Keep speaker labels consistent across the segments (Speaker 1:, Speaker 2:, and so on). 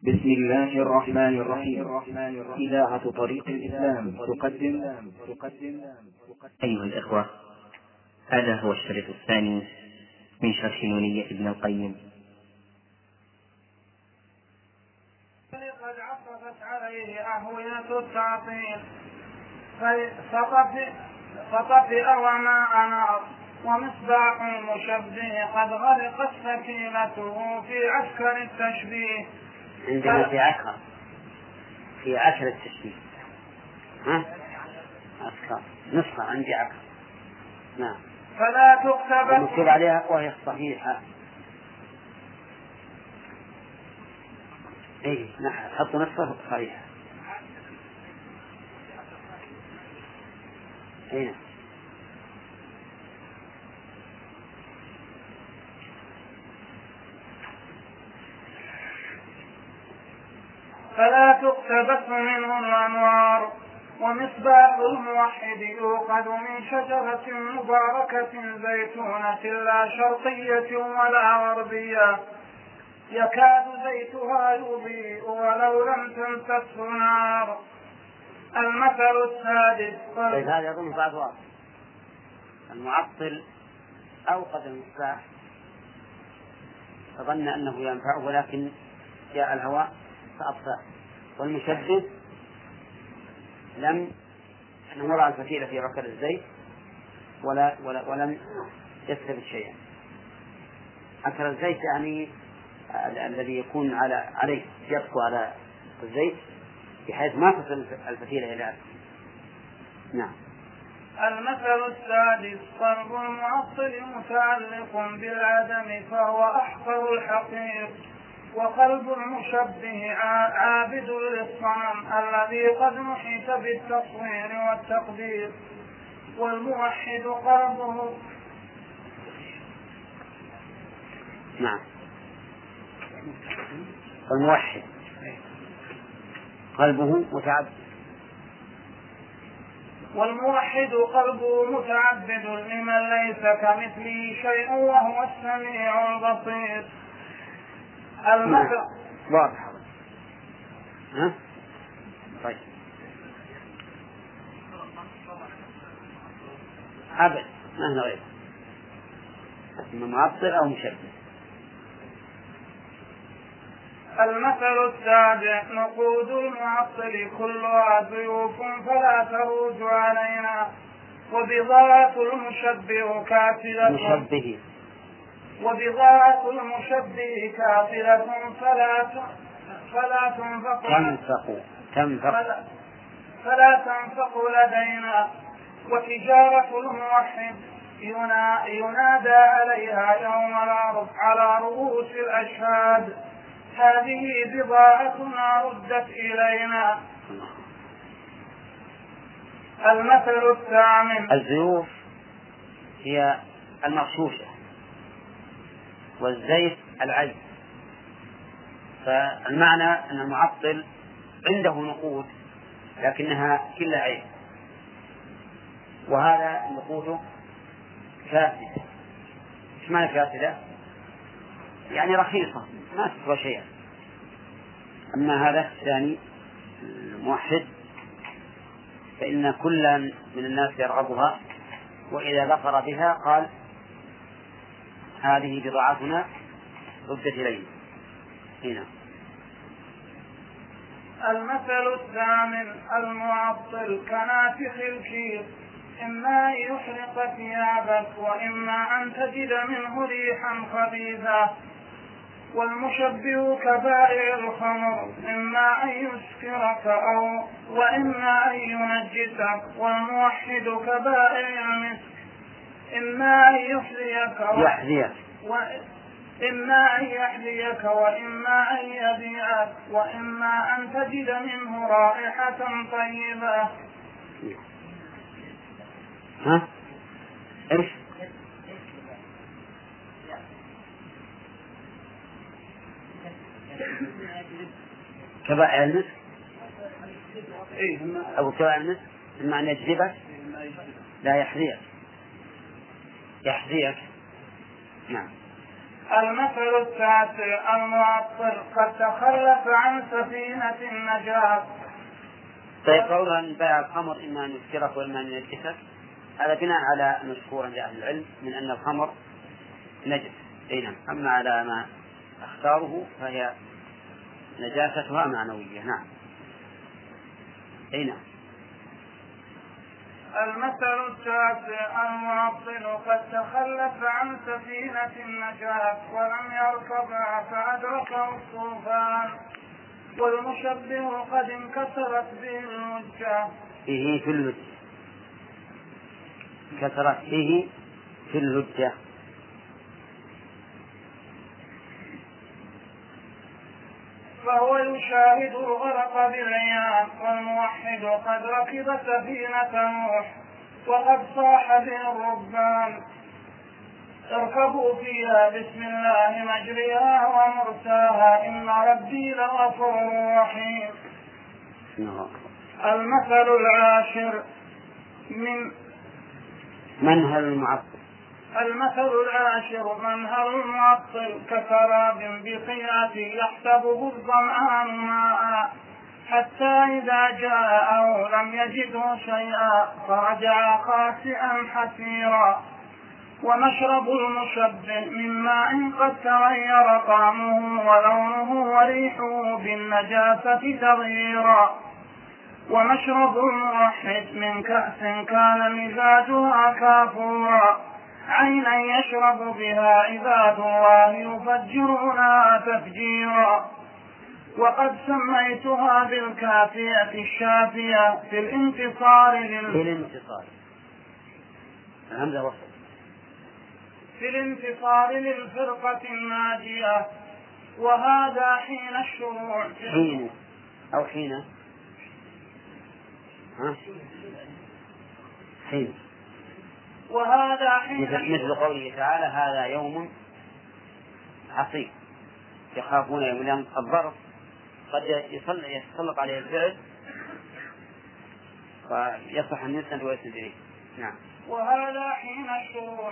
Speaker 1: بسم الله الرحمن الرحيم. إذاعة طريق الإسلام تقدم.
Speaker 2: أيها الإخوة، هذا هو الشريط الثاني من شرح نونية ابن القيم.
Speaker 3: قد عصفت عليه أهوية التعطيل فطفئ وما أنار، ومصباح المشبه قد غرقت سكينته في عسكر التشبيه.
Speaker 4: عندنا في عسكر التشبيه عسكر نسخة عندي عسكر. نعم.
Speaker 3: فلا تكتب
Speaker 4: المكتوب عليها وهي الصحيحة. ايه نعم، حطوا نسخة صحيحة. هنا
Speaker 3: فلا تقتبس منه الأنوار، ومصباح الموحد يوقد من شجرة مباركة زيتونة لا شرقية ولا غربية، يكاد زيتها يضيء ولو لم تمسسه نار. المثل السادس.
Speaker 4: طيب هذا يظن بعض واضح. المعطل أوقد المصباح فظن أنه ينفعه، ولكن جاء الهواء فأطفأه. والمشبه لم وضع الفتيلة في عكر الزيت ولم يستفد شيئا. عكر الزيت يعني الذي يكون عليه يبقى على الزيت بحيث ما تصل الفتيلة إلى أسفل. نعم.
Speaker 3: المثل السادس. قلب المعطل متعلق بالعدم فهو أحقر الحقير، وقلب المشبه عابد للصنم الذي قد محيط بالتصوير والتقدير. والموحد قلبه.
Speaker 4: نعم. الموحد قلبه متعبد.
Speaker 3: والموحد قلبه متعبد لمن ليس كمثله شيء وهو السميع البصير. المثل.
Speaker 4: واضح. طيب. أبد ما هنا غير معطل أو مشبه.
Speaker 3: المثل السابع. نقود المعطل كلها ضيوف فلا تروج علينا، وبضاعة المشبه كافلة فلا تنفق لدينا. وتجارة الموحد ينادى عليها يوم العرض على رؤوس الأشهاد. هذه بضاعتنا ردت إلينا. المثل الثامن.
Speaker 4: الزيوف هي المغشوشة والزيت العين. فالمعنى أن المعطل عنده نقود لكنها كلها عين، وهذا نقوده فاسدة. ايش معنى فاسدة؟ يعني رخيصة ما تسوى شيئا. أما هذا الثاني الموحد فإن كل من الناس يرغبها، وإذا ظفر بها قال هذه بضاعتنا ردت إلينا. هنا.
Speaker 3: المثل الثامن. المعطل كنافخ الكير، إما أن يحرق ثيابك وإما أن تجد منه ريحا خبيثا. والمشبه كبائع الخمر، إما أن يسكرك وإما أن ينجسك. والموحد كبائع المسك، إما أن يحذيك وإما أن يبيعك وإما أن تجد منه رائحة طيبة.
Speaker 4: إيش؟ كبائع المسك أو كبائع المسك إما أن يجذبك لا يحذيك. نعم.
Speaker 3: المثل التاسع المعطل قد تخلف عن سفينة النجاة.
Speaker 4: طيب قولا أن بيع الخمر إما أن يسكره وإما أن ينتكس، هذا بناء على مشهورا لأهل العلم من أن الخمر نجس. نعم. أما على ما اختاره فهي نجاستها معنوية. نعم. نعم.
Speaker 3: المثل التاسع المعطل قد تخلف عن سفينة النجاة ولم يركبها فأدركه الطوفان، والمشبه قد انكسرت به اللجة.
Speaker 4: فيه في اللجة، كسرت فيه في اللجة.
Speaker 3: فهو يشاهد الغرق بالعيان، والموحد قد ركب سفينة نوح وقد صاح به الربان. اركبوا فيها بسم الله مجريها ومرساها إن ربي لغفور رحيم. المثل العاشر
Speaker 4: منهل المعطل.
Speaker 3: المثل العاشر منهل المعطل كسراب بقيعة يحسبه الظمآن ماء حتى إذا جاءه لم يجده شيئا فرجع خاسئا حسيرا. ومشرب المشبه من ماء قد تغير طعمه ولونه وريحه بالنجاسة تغييرا. ومشرب الموحد من كأس كان مزاجها كافورا عينا يشرب بها عباد الله يفجرونها تفجيرا. وقد سميتها بالكافية الشافية في الانتصار للفرقة الناجية. وهذا حين الشروع وهذا حين
Speaker 4: مثل قوله تعالى هذا يوم عصيب يخافون يوم الظرف قد يتسلط عليه الفعل ويصح أن يسند ويسند إليه. نعم.
Speaker 3: وهذا حين الشروع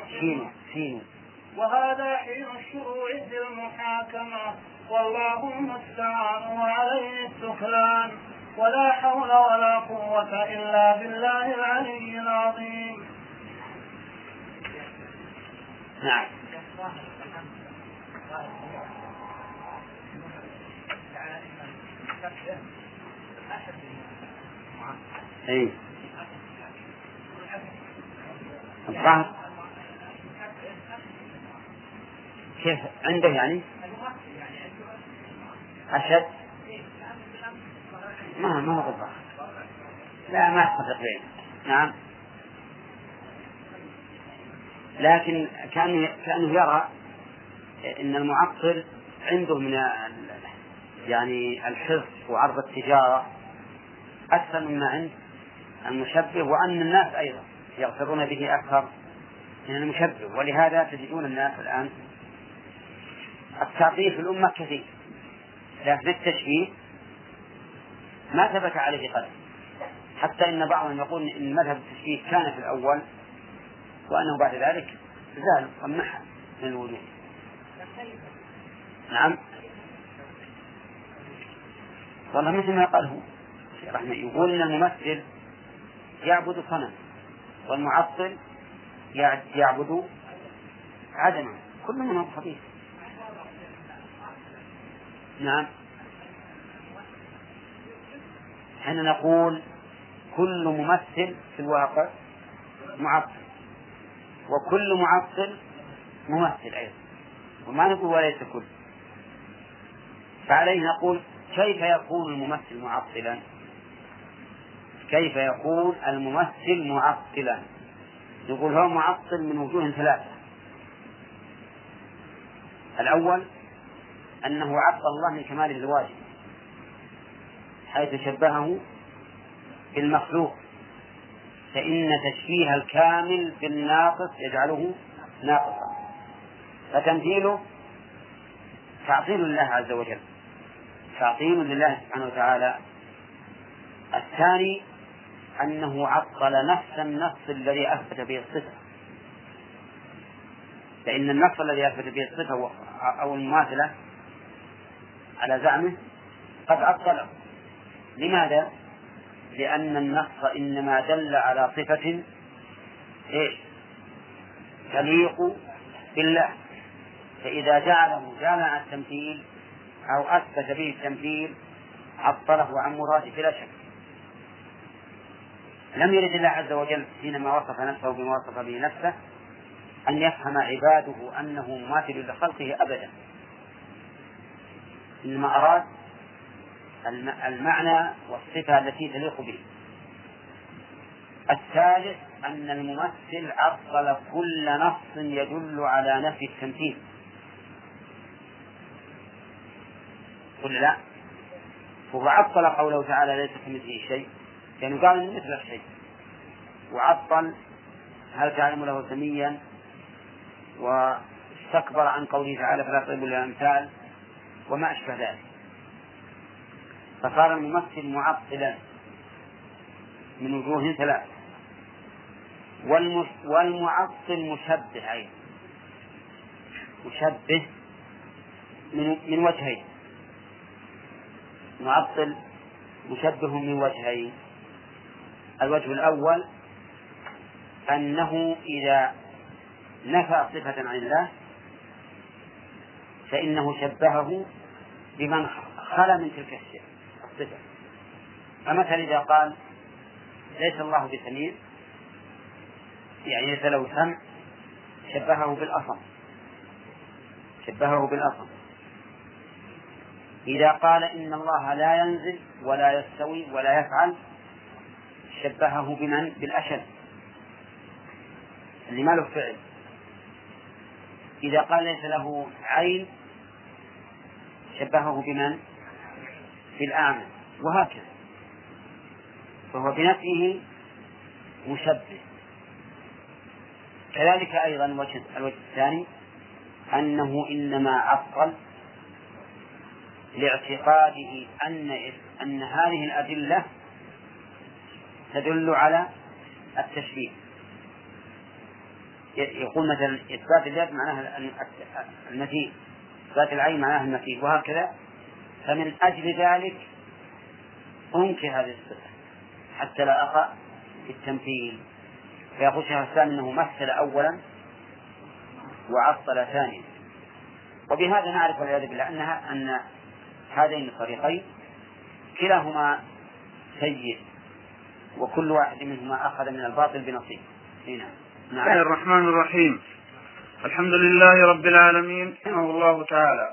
Speaker 3: وهذا حين الشروع في المحاكمة والله المستعان وعليه السكلان ولا حول ولا قوة إلا بالله العلي العظيم.
Speaker 4: نعم. أي الظهر كيف عنده يعني أشد ما هو الظهر لا ما أتفق بينه. نعم. لكن كأنه يرى أن المعطل عنده من يعني الحرص وعرض التجارة أكثر مما عند المشبه، وأن الناس أيضا يغترون به أكثر من المشبه. ولهذا تجدون الناس الآن التعطيل في الأمة كثير، لكن التشبيه ما ثبت عليه قدر، حتى إن بعضهم يقول إن مذهب التشبيه كان في الأول وأنه بعد ذلك زال وانمحى من الوجود. نعم. والله مثل ما قاله رحمه يقول إن الممثل يعبد صنم والمعطل يعبد عدما، كل منهم خبيث. نعم. حين نقول كل ممثل في الواقع معطل وكل معطل ممثل أيضا، وما نقول وليس كل. فعليه نقول كيف يكون الممثل معطلا؟ كيف يكون الممثل معطلا؟ نقول هو معطل من وجوه ثلاثة. الأول أنه عطل الله من كماله الواجب حيث شبهه بالمخلوق، فإن تشبيه الكامل بالناقص يجعله ناقصا، فتمثيله تعطيل لله عز وجل، تعطيل لله سبحانه وتعالى. الثاني أنه عطل نفس النص الذي أثبت به الصفة، فإن النص الذي أثبت به الصفة أو المماثلة على زعمه قد عطله. لماذا؟ لأن النص إنما دل على صفة تليق بالله، فإذا جعله جامع التمثيل أو أثبت به التمثيل عطله عن مراده بلا شك. لم يرد الله عز وجل حينما وصف نفسه بما وصف به نفسه أن يفهم عباده أنه مماثل لخلقه أبدا، إنما أراد المعنى والصفة التي تليق به. الثالث أن الممثل عطل كل نص يدل على نفي التمثيل. قل لا، هو عطل قوله تعالى ليس كمثله شيء، يعني قال إن مثل الشيء، وعطل هل تعلم له سميا، واستكبر عن قوله تعالى فلا تضربوا الأمثال وما أشبه ذلك. فصار الممثل معطلا من وجوه ثلاث. والمعطل مشبه أيضا، مشبه من وجهين. معطل مشبه من وجهين. الوجه الأول أنه إذا نفى صفة عن الله فإنه شبهه بمن خلا من تلك الصفة. فمثلا إذا قال ليس الله بسميع، يعني ليس له سمع، شبهه بالأصم. إذا قال إن الله لا ينزل ولا يستوي ولا يفعل شبهه بالأشد اللي ما له فعل. إذا قال ليس له عين شبهه بالأعمى، وهكذا. فهو بنفسه مشبه. كذلك أيضا الوجه الثاني أنه إنما عطل لاعتقاده أن هذه الأدلة تدل على التشبيه. يقول مثلا إثبات اليد معناها المثيل، إثبات العين معناها المثيل، وهكذا. فمن أجل ذلك أنكر هذه الصفة حتى لا أقع في التمثيل. فيقول شيخ الإسلام أنه مثل أولا وعطل ثانيا. وبهذا نعرف والعياذ بالله أن هذين الطريقين كلاهما سيء، وكل واحد منهما أخذ من الباطل بنصيب.
Speaker 5: بسم الله الرحمن الرحيم. الحمد لله رب العالمين. رحمه الله تعالى.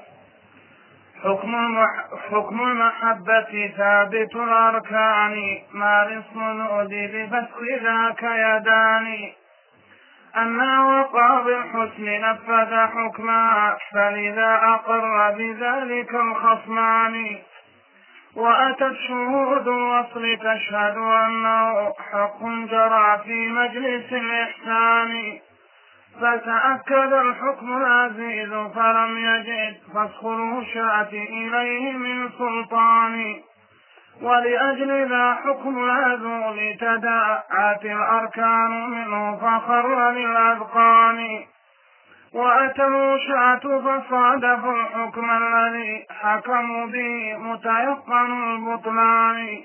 Speaker 5: حكم المحبة ثابت الأركان، ما للصنود بفسر ذاك يدان. أما وقع بالحسن نفذ حكما، فلذا أقر بذلك الخصمان. وأتت شهود الوصل تشهد أنه حق جرى في مجلس الإحسان. فتأكد الحكم العزيز فلم يجد فسخ الوشاة إليه من سلطان. ولأجل ذا حكم العزول تداعت الأركان منه فخر للأذقان. وأتى الوشاة فصادفوا الحكم الذي حكموا به متيقن البطلان.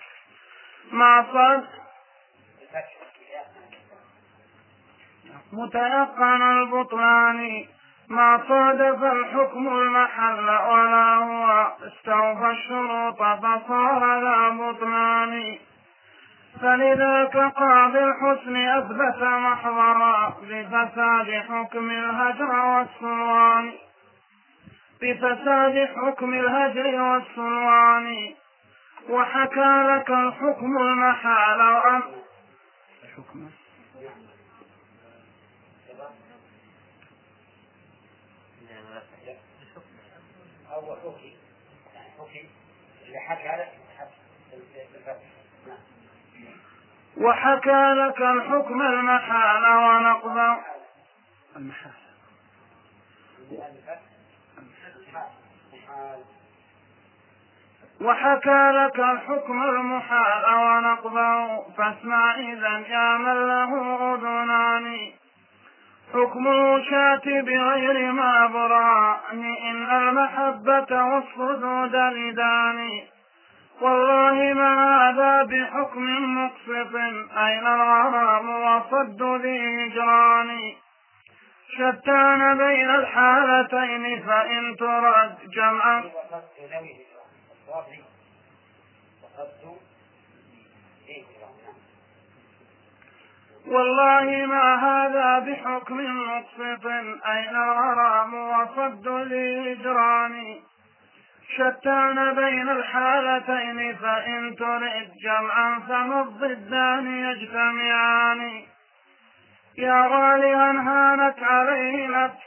Speaker 5: ما صادف الحكم المحل ولا هو استوفى الشروط فصار ذا بطلان. فلذاك قاضي الحسن أثبت محضرا بفساد حكم الهجر والسلوان. وحكى لك الحكم المحال وحكى لك الحكم المحال ونقض وحكى لك الحكم المحال ونقضه. فاسمع إذا يا من له أذنان.
Speaker 3: حكم الوشاة بغير ما بران إن المحبة والصدود لدان والله ما هذا بحكم مقسط أين الغرام وصد ذي هجران شتان بين الحالتين فإن ترد جمعا والله ما هذا بحكم مقسط أين الغرام وصد ذي هجران شتان بين الحالتين فإن ترد جمعا فما الضدان يجتمعان يا غاليا هانت عليه نفس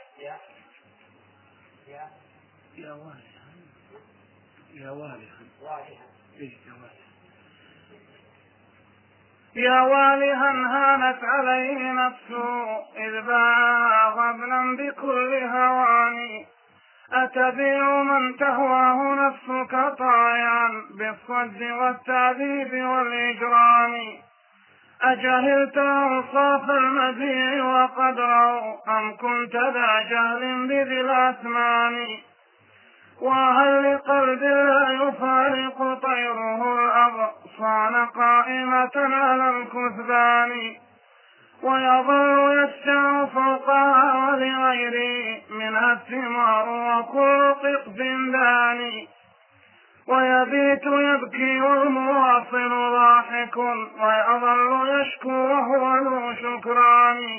Speaker 3: يا والها هانت عليه نفسه إذ باع غبنا بكل هوان أتبيع من تهواه نفسك طايعا بالصد والتعذيب والإجرام أجهلت أوصاف المبيع وقدره أم كنت ذا جهل بذي الأثمان وهل لقلب لا يفارق طيره الأغصان قائمة على الكثبان ويظل يسعى فوقها ولغيره منها الثمار وكل قطب داني ويبيت يبكي والمواصل ضاحك ويظل يشكو وهو ذو شكران.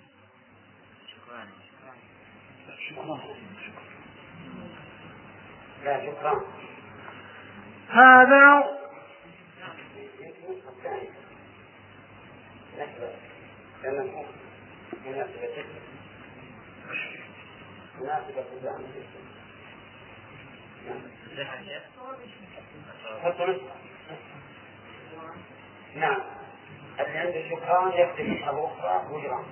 Speaker 3: هذا
Speaker 4: نعم اللي عنده شكران يكتب نسخة أخرى وجران.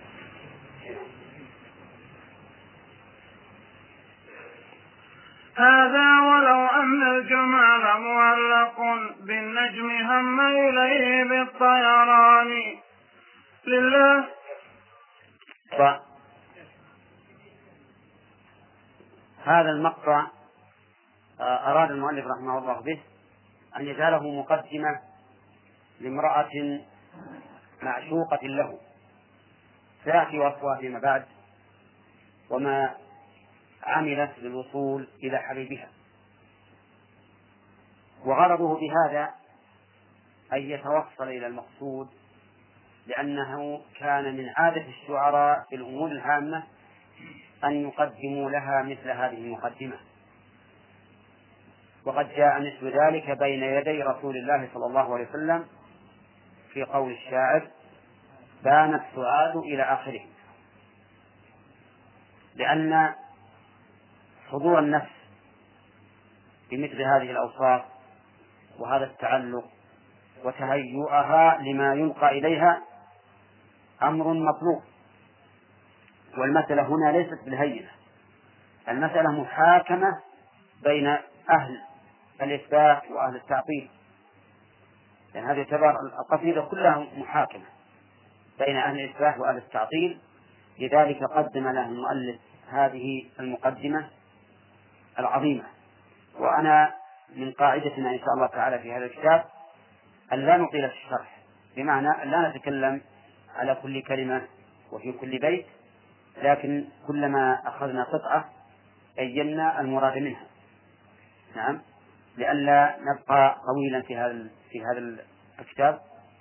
Speaker 3: هذا ولو أن الجمال معلق بالنجم هم إليه بالطيران لله.
Speaker 4: هذا المقطع أراد المؤلف رحمه الله به أن يجعله مقدمة لامرأة معشوقة له سيأتي وصفها فيما بعد وما عملت للوصول إلى حبيبها. وغرضه بهذا أن يتوصل إلى المقصود لأنه كان من عادة الشعراء في الأمور الهامة أن يقدموا لها مثل هذه المقدمة. وقد جاء مثل ذلك بين يدي رسول الله صلى الله عليه وسلم في قول الشاعر بان السعاد إلى آخره، لأن حضور النفس بمثل هذه الأوصاف وهذا التعلق وتهيئها لما يلقى إليها أمر مطلوب. والمسألة هنا ليست بالهينة، المسألة محاكمة بين أهل الإثبات وأهل التعطيل، لأن هذه تعتبر القصيدة كلها محاكمة بين أهل الإثبات وأهل التعطيل. لذلك قدم له المؤلف هذه المقدمة العظيمة. وأنا من قاعدتنا إن شاء الله تعالى في هذا الكتاب أن لا نطيل في الشرح، بمعنى أن لا نتكلم على كل كلمة وفي كل بيت، لكن كلما أخذنا قطعة بينا المراد منها. نعم، لئلا نبقى طويلا في هذا الكتاب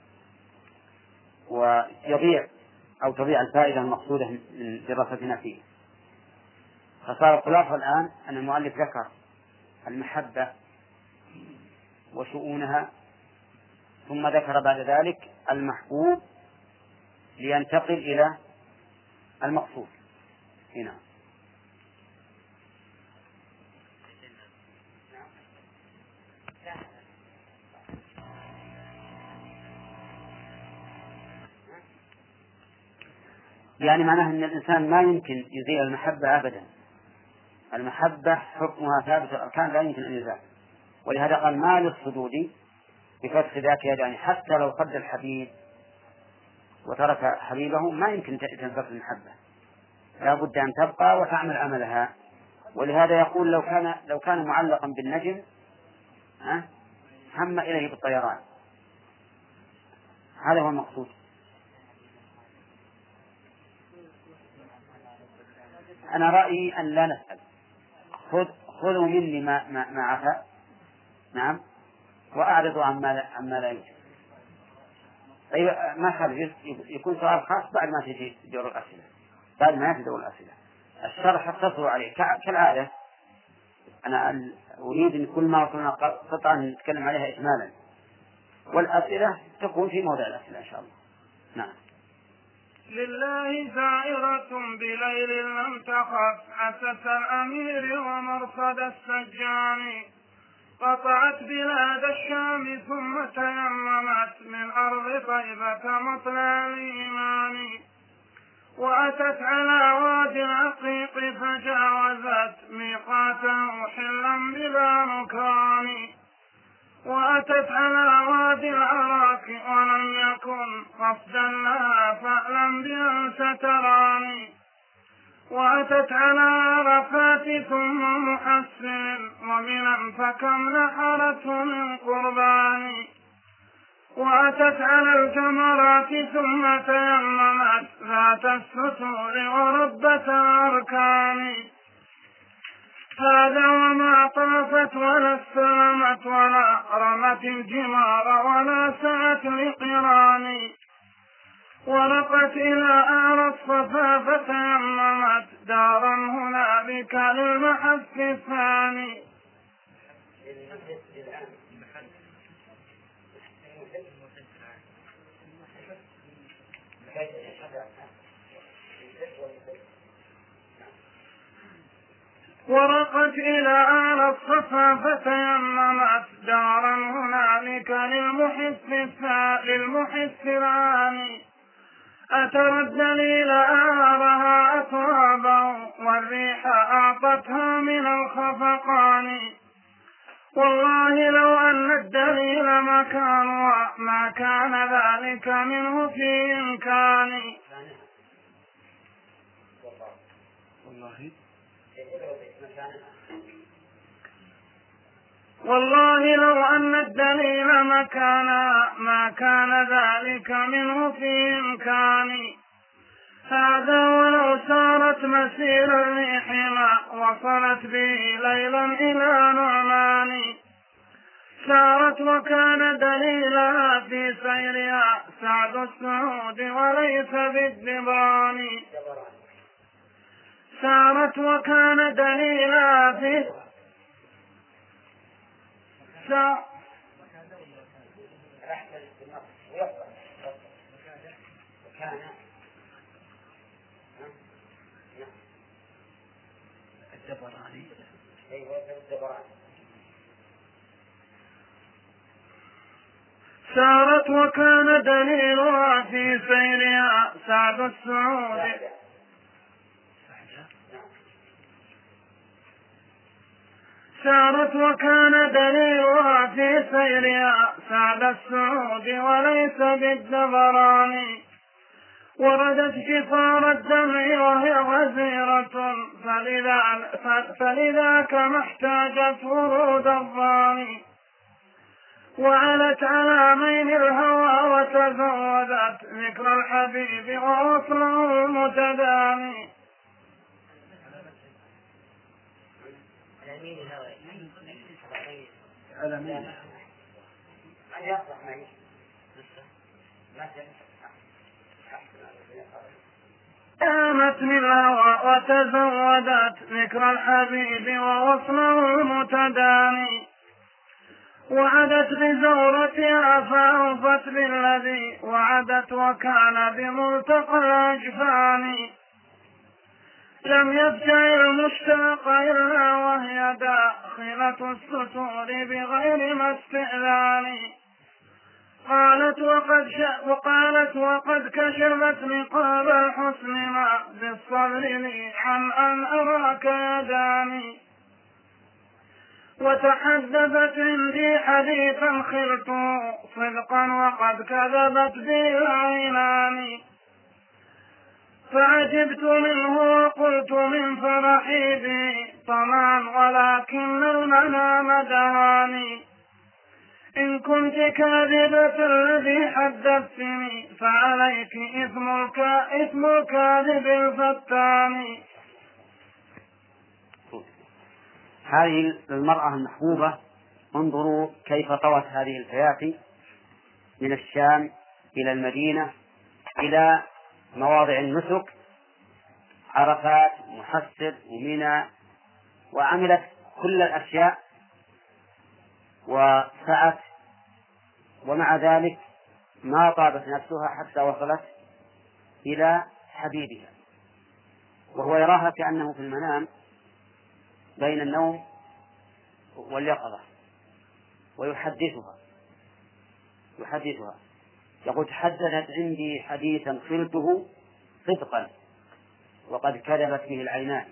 Speaker 4: ويضيع أو تضيع الفائدة المقصودة من دراستنا فيه. فصار الخلاصة الآن أن المؤلف ذكر المحبة وشؤونها، ثم ذكر بعد ذلك المحبوب لينتقل إلى المقصود هنا. يعني معناه أن الإنسان ما يمكن يزيل المحبة أبدا. المحبة حكمها ثابت الأركان لا يمكن أن يزال، ولهذا قال ما للصدود بفتح ذاك يدعني، حتى لو صد الحبيب وترك حبيبه ما يمكن تنفك المحبة. لا بد أن تبقى وتعمل عملها. ولهذا يقول لو كان معلقا بالنجم هم إليه بالطيران. هذا هو المقصود. أنا رأيي أن لا نسأل، خذوا مني ما عفا، نعم، وأعرضوا عما لا يوجد. أيوة، ما خرج يكون سؤال خاص بعد ما تجي دور الأسئلة، بعد ما يأتي دور الأسئلة الشرح اقتصروا عليه كالعادة. أنا أريد أن كل ما وصلنا قطعا نتكلم عليها إجمالا، والأسئلة تكون في موضع الأسئلة إن شاء الله. نعم.
Speaker 3: لله زائرة بليل لم تخف أسس الأمير ومرصد السجان، قطعت بلاد الشام ثم تيممت من أرض طيبة مطلع الإيمان، وأتت على وادي العقيق فجاوزت ميقاته حلا بلا مكان، وأتت على وادي العراك ولم يكن قصدا لها فألم بأن ستراني، وأتت على عرفات ثم محسن ومنا فكم نحرته من قربان، وأتت على الجمرات ثم تيممت ذات الستور وربة الأركان. هذا وما طافت ولا استلمت ولا رمت الجمار ولا سعت لقران، ورقت إلى أعلى الصفا فتيممت دارا هنالك للمحف الثاني. ورقت إلى أعلى الصفا فتيممت دارا هنالك للمحف الثاني. أترى الدليل آرها أترابا والريح أعطتها من الخفقان، والله لو أن الدليل مكان ما كان ذلك منه في إمكاني. والله لو أن الدليل مكانا ما كان ذلك منه في إمكاني. هذا ولو سارت مسير الريح ما وصلت به ليلا إلى نعمان، سارت وكان دليلها في سيرها سعد السعود وليس بالدبران، سارت وكان دليلها في سارت وكان دليلها في سيرها سعد السعود سارت وكان دليلها في سيرها سعد السعود وليس بالدبران، وردت كفار الدمع وهي غزيرة فلذاك ما احتاجت ورود الظاني، وعلت على مين الهوى وتزودت ذكر الحبيب ووصله المتداني. قامت من الهوى وتزودت ذكر الحبيب ووصله المتداني، وعدت بزورتها فأوفت بالذي وعدت وكان بملتقى الأجفان، لم يبتع المشتاق إلا وهي داخلة الستور بغير ما استئذان، قالت وقد كشفت نقاب الحسن ما بالصبر لي عن أن أراك يداني، وتحدثت عندي حديثا خلته صدقا وقد كذبت به العينان، فعجبت منه وقلت من فرحي بي طمان ولكن المنام دهاني. إن كنت كاذبة الذي حدثتني فعليك إثم الكاذب الفتان.
Speaker 4: هذه المرأة المحبوبة انظروا كيف طوت هذه الفيافي من الشام إلى المدينة إلى مواضع النسك، عرفات محسب ومنى، وعملت كل الأشياء وسعت، ومع ذلك ما طابت نفسها حتى وصلت إلى حبيبها، وهو يراها كأنه في المنام بين النوم واليقظة، ويحدثها يقول تحدثت عندي حديثا قلته صدقا وقد كذبت به العينان.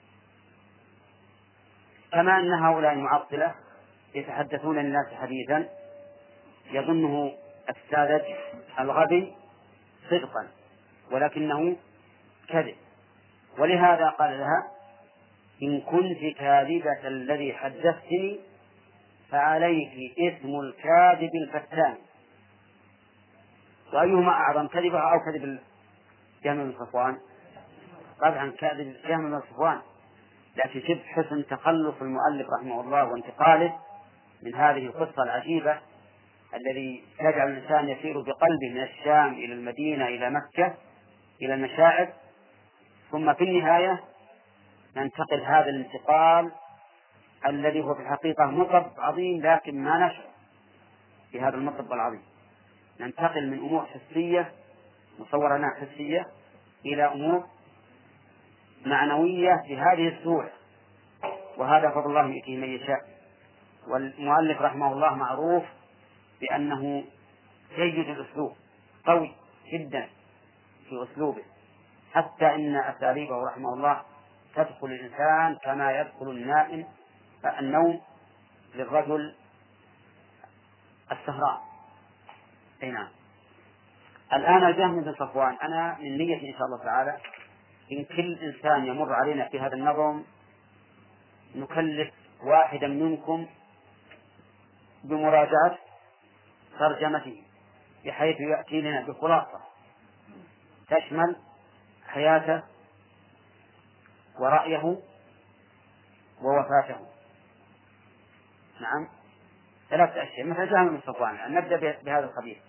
Speaker 4: كما أن هؤلاء المعطلة يتحدثون للناس حديثا يظنه الساذج الغبي صدقا ولكنه كذب، ولهذا قال لها إن كنت كاذبة الذي حدثتني فعليك إثم الكاذب الفتان. وأيهما أعظم، كذبها أو كذب جهم بن صفوان؟ طبعا كاذب جهم بن صفوان، لكن شوف حسن تخلص المؤلف رحمه الله وانتقاله من هذه القصة العجيبة الذي يجعل الإنسان يسير بقلبه من الشام إلى المدينة إلى مكة إلى المشاعر، ثم في النهاية ننتقل هذا الانتقال الذي هو في الحقيقة مطب عظيم لكن ما نشعر بهذا المطب العظيم. ننتقل من أمور حسية مصورة لنا حسية إلى أمور معنوية بهذه السورة، وهذا فضل الله يؤتيه من يشاء. والمؤلف رحمه الله معروف بأنه جيد الأسلوب، قوي جدا في أسلوبه، حتى إن أساليبه رحمه الله تدخل الإنسان كما يدخل النوم للرجل السهران. أي نعم. الآن الجهم بن صفوان، أنا من نية إن شاء الله تعالى إن كل إنسان يمر علينا في هذا النظم نكلف واحدا منكم بمراجعة ترجمته بحيث يأتي لنا بخلاصة تشمل حياته ورأيه ووفاته. نعم، 3 أشياء مثل جهم بن صفوان. نبدأ بهذا الخبير.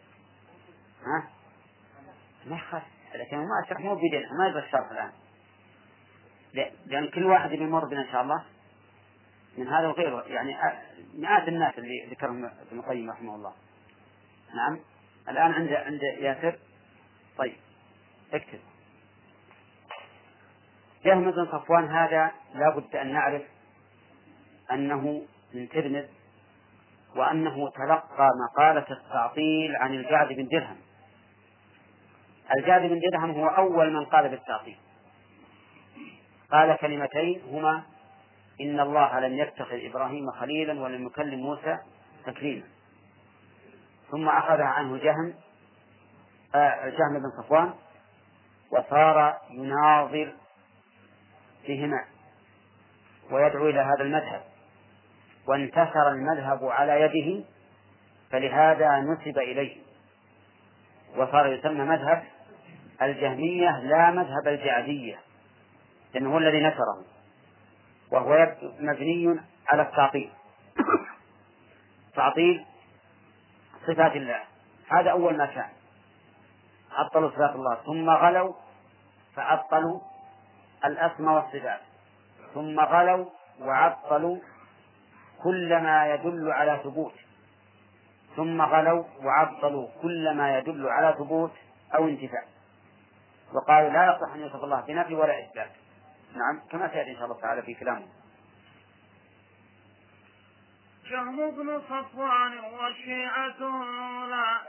Speaker 4: ما يخاف، لكن ما أشرح مو بدين، ما يبغى الشرح الآن، لأن كل واحد يمر بنا إن شاء الله من هذا وغيره، يعني مئات الناس اللي ذكرهم ابن القيم رحمه الله. نعم. الآن عند ياسر. طيب اكتب. جهم بن صفوان هذا لا بد أن نعرف أنه من ترمذ، وأنه تلقى مقالة التعطيل عن الجعد بن درهم. الجعد بن درهم هو أول من قال بالتعطيل، قال كلمتين هما إن الله لم يتخذ إبراهيم خليلا ولم يكلم موسى تكليما، ثم أخذها عنه جهم بن صفوان وصار يناظر بهما ويدعو إلى هذا المذهب، وانتشر المذهب على يده، فلهذا نسب إليه وصار يسمى مذهب الجهمية لا مذهب الجعدية، لأنه هو الذي نشره، وهو مبني على التعطيل، تعطيل صفات الله. هذا أول ما كان، عطلوا صفات الله، ثم غلوا فعطلوا الأسماء والصفات، ثم غلوا وعطلوا كل ما يدل على ثبوت، ثم غلوا وعطلوا كل ما يدل على ثبوت أو انتفاع، وقالوا لا يصح أن يوصف الله بنفي ولا إثبات. نعم، كما سيأتي إن شاء الله تعالى في كلامه.
Speaker 3: جهم بن صفوان وشيعته لا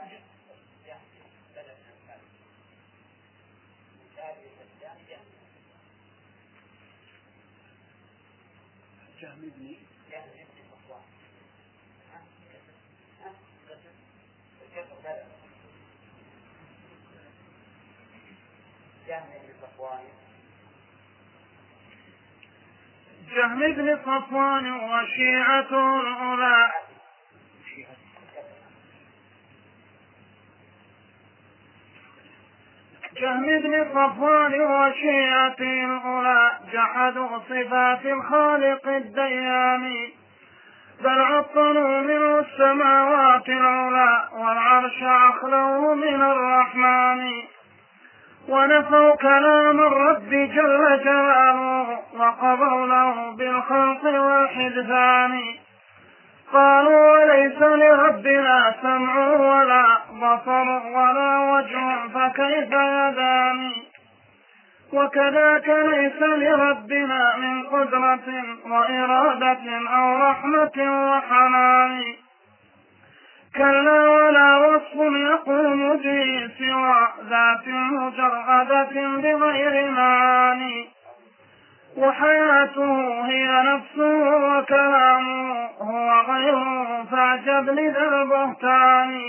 Speaker 3: جهم بن صفوان وشيعته الأولى جهم بن صفوان وشيعته الأولى جحدوا صفات الخالق الديان بل عطلوا منه السماوات العلى والعرش أخلوه من الرحمن ونفوا كلام الرب جل جلاله وقضوا له بالخلق والحدثان قالوا وليس لربنا سمع ولا بصر ولا وجه فكيف يدان وكذاك ليس لربنا من قدرة وإرادة أو رحمة وحنان كلا ولا وصف يقوم به سوى ذات مجردة بغير معاني وحياته هي نفسه وكلامه هو غيره فاعجب لذا البهتان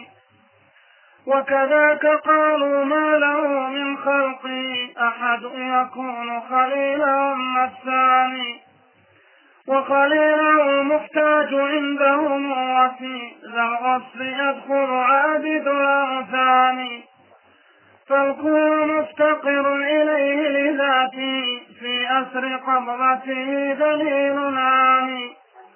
Speaker 3: وكذاك قالوا ما له من خلقه أحد يكون خليلهم الثاني وخليله محتاج عندهم وفي ذا الوصف يدخل عابد الأوثان فالكون مفتقر إليه لذاته في أسر قبضته دليل عاني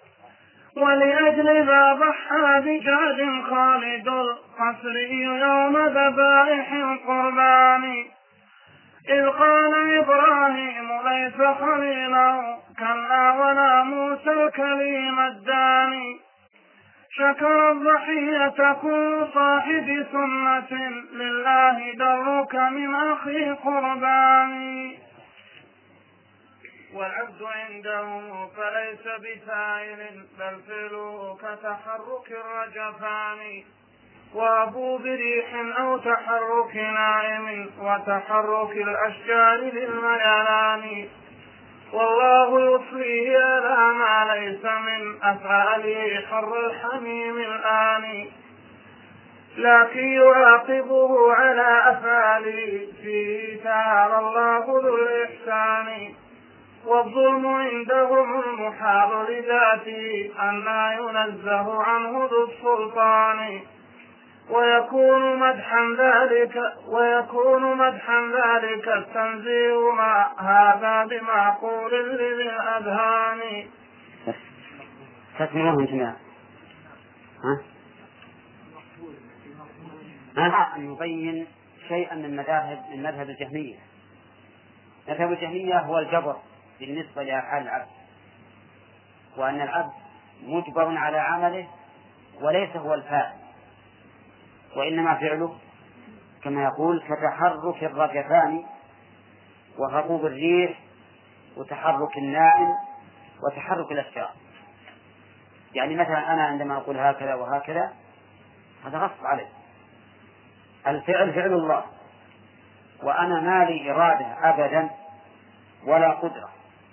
Speaker 3: ولأجل ذا ضحى بجهد خالد القصري يوم ذبائح القربان إذ قال إبراهيم ليس خليله كلا ولا موسى الكليم الداني شكر الضحية كل صاحب سنة لله درك من أخي قرباني والعبد عنده فليس بفاعل بل فعله كتحرك الرجفان وأبو بريح أو تحرك نائم وتحرك الأشجار للميلان والله يصليه على ما ليس من أفعاله حر الحميم الآن لكن يعاقبه على أفعاله فيه تعالى الله ذو الإحسان والظلم عندهم المحال لذاته أن لا ينزه عنه ذو السلطان ويكون مدحا ذلك التنزيه مع هذا بمعقول لذي الأذهان.
Speaker 4: تسمعوهم جميعا أن يبين شيئا من مذهب الجهمية. مذهب الجهمية هو الجبر بالنسبة لأفعال العبد، وأن العبد مجبر على عمله وليس هو الفاعل، وإنما فعله كما يقول كتحرك الرجفان وهبوب الريح وتحرك النائم وتحرك الأشجار. يعني مثلا أنا عندما أقول هكذا وهكذا هذا غصب علي، الفعل فعل الله وأنا ما لي إرادة أبدا ولا قدرة،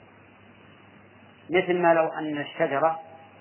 Speaker 4: مثل ما لو أن الشجرة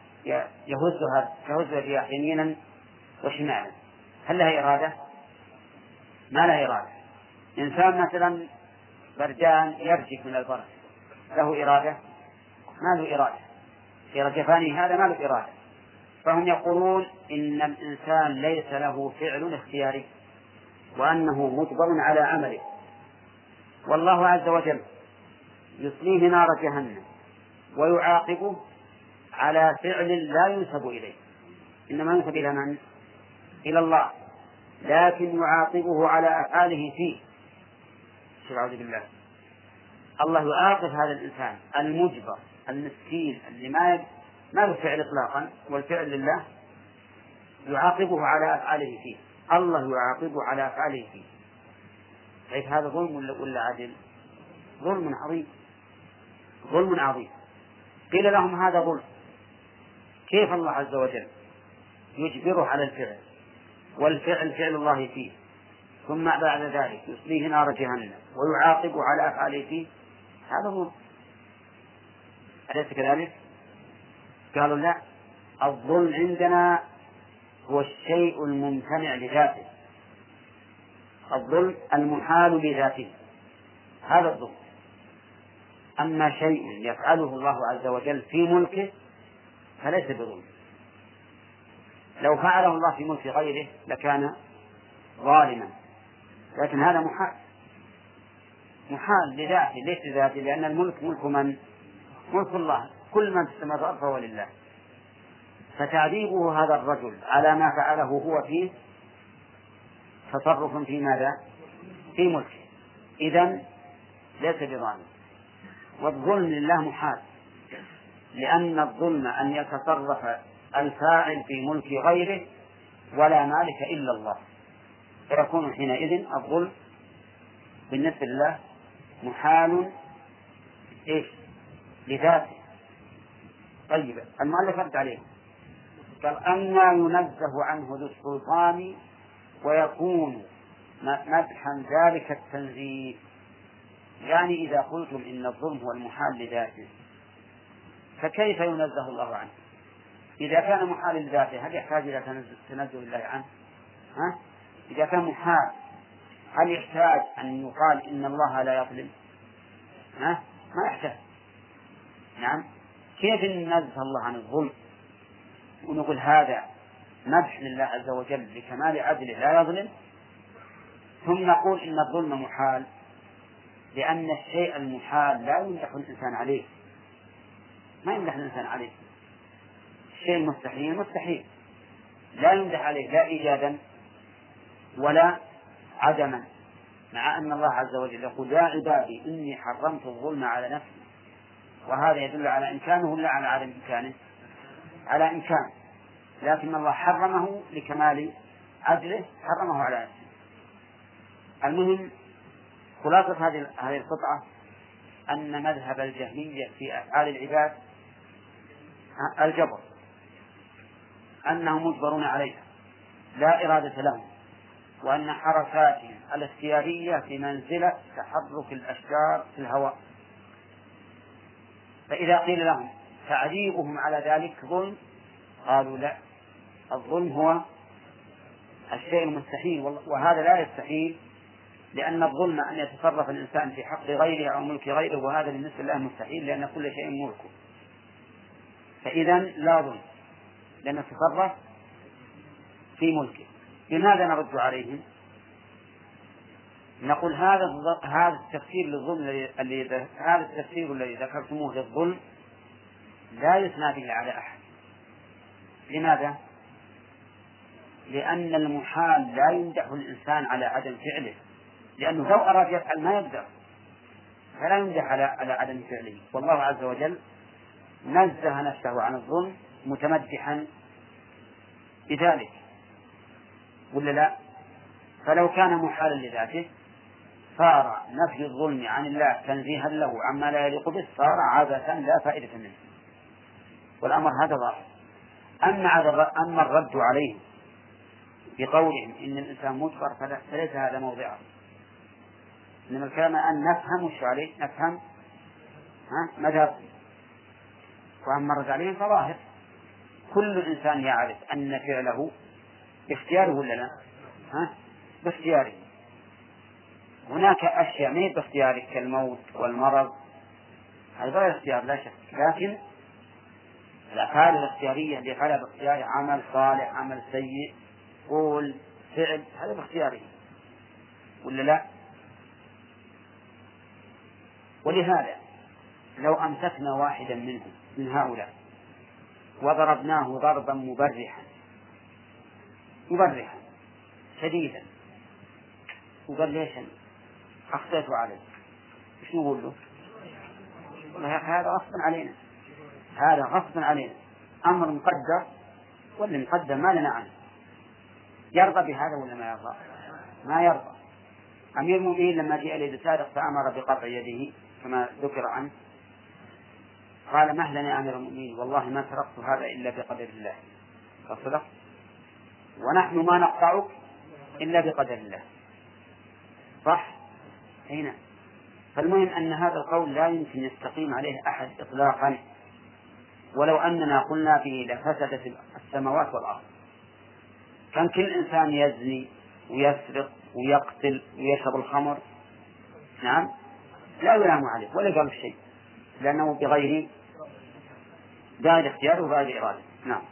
Speaker 4: يهزها الرياح يمينا وشمالا، هل لها إرادة؟ ما لها إرادة. إنسان مثلا بردان يرجف من البرد له إرادة؟ ما له إرادة، في رجفانه هذا ما له إرادة. فهم يقولون إن الإنسان ليس له فعل اختياري وأنه مجبر على عمله، والله عز وجل يصليه نار جهنم ويعاقبه على فعل لا ينسب إليه، إنما ينسب إلى من؟ إلى الله، لكن يعاقبه على أفعاله فيه. أعوذ بالله، الله يعاقب هذا الإنسان المجبر المسكين اللي ما له فعل إطلاقا والفعل لله، يعاقبه على أفعاله فيه. الله يعاقبه على أفعاله فيه. طيب هذا ظلم ولا عدل؟ ظلم عظيم، ظلم عظيم. قيل لهم هذا ظلم، كيف الله عز وجل يجبره على الفعل والفعل فعل الله فيه، ثم بعد ذلك يصليه نار جهنم ويعاقب على أفعاله فيه؟ هذا ظلم، أليس كذلك؟ قالوا لا، الظلم عندنا هو الشيء الممتنع لذاته، الظلم المحال لذاته، هذا الظلم. أما شيء يفعله الله عز وجل في ملكه فليس بظلم. لو فعله الله في ملك غيره لكان ظالما، لكن هذا محال لذاته، ليس لذاته، لأن الملك ملك من؟ ملك الله، كل من في السماوات فهو لله. فتعذيبه هذا الرجل على ما فعله هو فيه تصرف في ماذا؟ في ملكه، إذن ليس بظالم. والظلم لله محال، لأن الظلم أن يتصرف الفاعل في ملك غيره ولا مالك إلا الله، فيكون حينئذ الظلم بالنسبة لله محال لذاته. طيب المؤلف رد عليه قال: أما ينزه عنه ذو السلطان ويكون مدحا ذلك التنزيه. يعني إذا قلتم إن الظلم هو المحال لذاته فكيف ينزه الله عنه؟ إذا كان محال لذاته هل يحتاج إلى تنزه الله عنه؟ إذا كان محال هل يحتاج أن يقال إن الله لا يظلم؟ ما يحتاج. نعم، كيف ننزه الله عن الظلم ونقول هذا مدح لله عز وجل لكمال عدله لا يظلم، ثم نقول إن الظلم محال؟ لأن الشيء المحال لا يمدح الإنسان عليه، ما يمدح الإنسان عليه. الشيء المستحيل مستحيل لا يمدح عليه لا إيجادا ولا عدما، مع أن الله عز وجل يقول: يا عبادي إني حرمت الظلم على نفسي. وهذا يدل على إمكانه لا على عدم إمكانه، على إمكانه، لكن الله حرمه لكمال عدله، حرمه على نفسه. المهم خلاصة هذه القطعة أن مذهب الجهمية في أفعال العباد الجبر، أنهم مجبرون عليها لا إرادة لهم، وأن حركاتهم الاختيارية في منزلة تحرك الأشجار في الهواء. فإذا قيل لهم تعذيبهم على ذلك ظلم قالوا: لا، الظلم هو الشيء المستحيل، وهذا لا يستحيل، لأن الظلم أن يتصرف الإنسان في حق غيره أو ملك غيره، وهذا بالنسبة له مستحيل لأن كل شيء ملكه. فإذا لا ظلم لأن تصرف في ملكه. لماذا نرد عليهم؟ نقول هذا التفسير للظلم هذا التفسير الذي ذكرتموه للظلم لا يثنى به على أحد. لماذا؟ لأن المحال لا يمدح الإنسان على عدم فعله، لأنه لو أراد يفعل ما يقدر، فلا يمدح على عدم فعله. والله عز وجل نزه نفسه عن الظلم متمدحا بذلك، ولا لا؟ فلو كان محالا لذاته صار نفي الظلم عن الله تنزيها له عما لا يليق به، صار عبثا لا فائدة منه، والأمر هذا ظاهر. أما الرد عليه بقولهم إن الإنسان مجبر فليس هذا موضعه، إنما الكلام أن نفهم وش عليه، نفهم مذهب. وأما الرد عليهم فظاهر، كل إنسان يعرف أن فعله باختياره ولا لا؟ باختياره. هناك أشياء ما هي باختيارك كالموت والمرض، هذا غير اختيار لا شك، لكن الأفعال الاختيارية اللي يفعلها باختياره، عمل صالح عمل سيء قول فعل، هذا باختياره ولا لا؟ ولهذا لو أمسكنا واحدا منهم من هؤلاء وضربناه ضربا مبرحا شديدا وقال: ليش أخطيت عليه؟ إيش نقول له؟ هذا غصبا علينا، أمر مقدر، واللي مقدر ما لنا عنه. يرضى بهذا ولا ما يرضى؟ ما يرضى. أمير المؤمنين لما جاء إليه بسارق فأمر بقطع يده كما ذكر عنه، قال: مهلا يا أمير المؤمنين، والله ما سرقت هذا إلا بقدر الله. فصدق، ونحن ما نقطعك إلا بقدر الله. صح؟ هنا. فالمهم أن هذا القول لا يمكن يستقيم عليه أحد إطلاقا، ولو أننا قلنا فيه لفسدت السماوات والأرض. كان كل إنسان يزني ويسرق ويقتل ويشرب الخمر، نعم، لا يلام عليه ولا يقال شيء، لأنه بغير اختيار وبغير إرادة. نعم.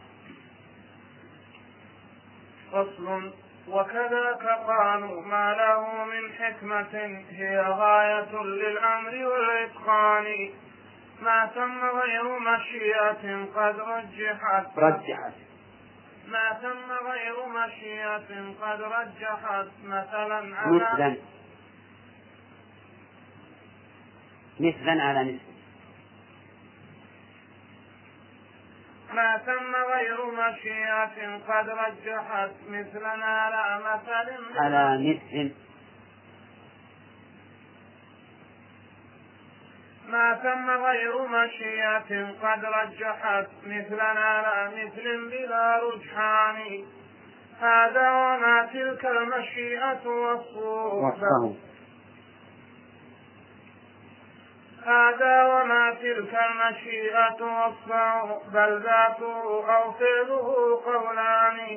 Speaker 3: فصل. وكذاك قالوا ما له من حكمة هي غاية للأمر والإتقان، ما ثم غير مشيئة قد رجحت ما ثم غير مشيئة قد رجحت مثلا على ما ثم غير مشيئة قد رجحت مثلنا على مثل ما ثم غير مشيئة قد رجحت مثلنا على مثل بلا رجحان، هذا وما تلك المشيئة والصوف هذا وما تلك المشيئة والصوف بل ذاته أو فعله قولان،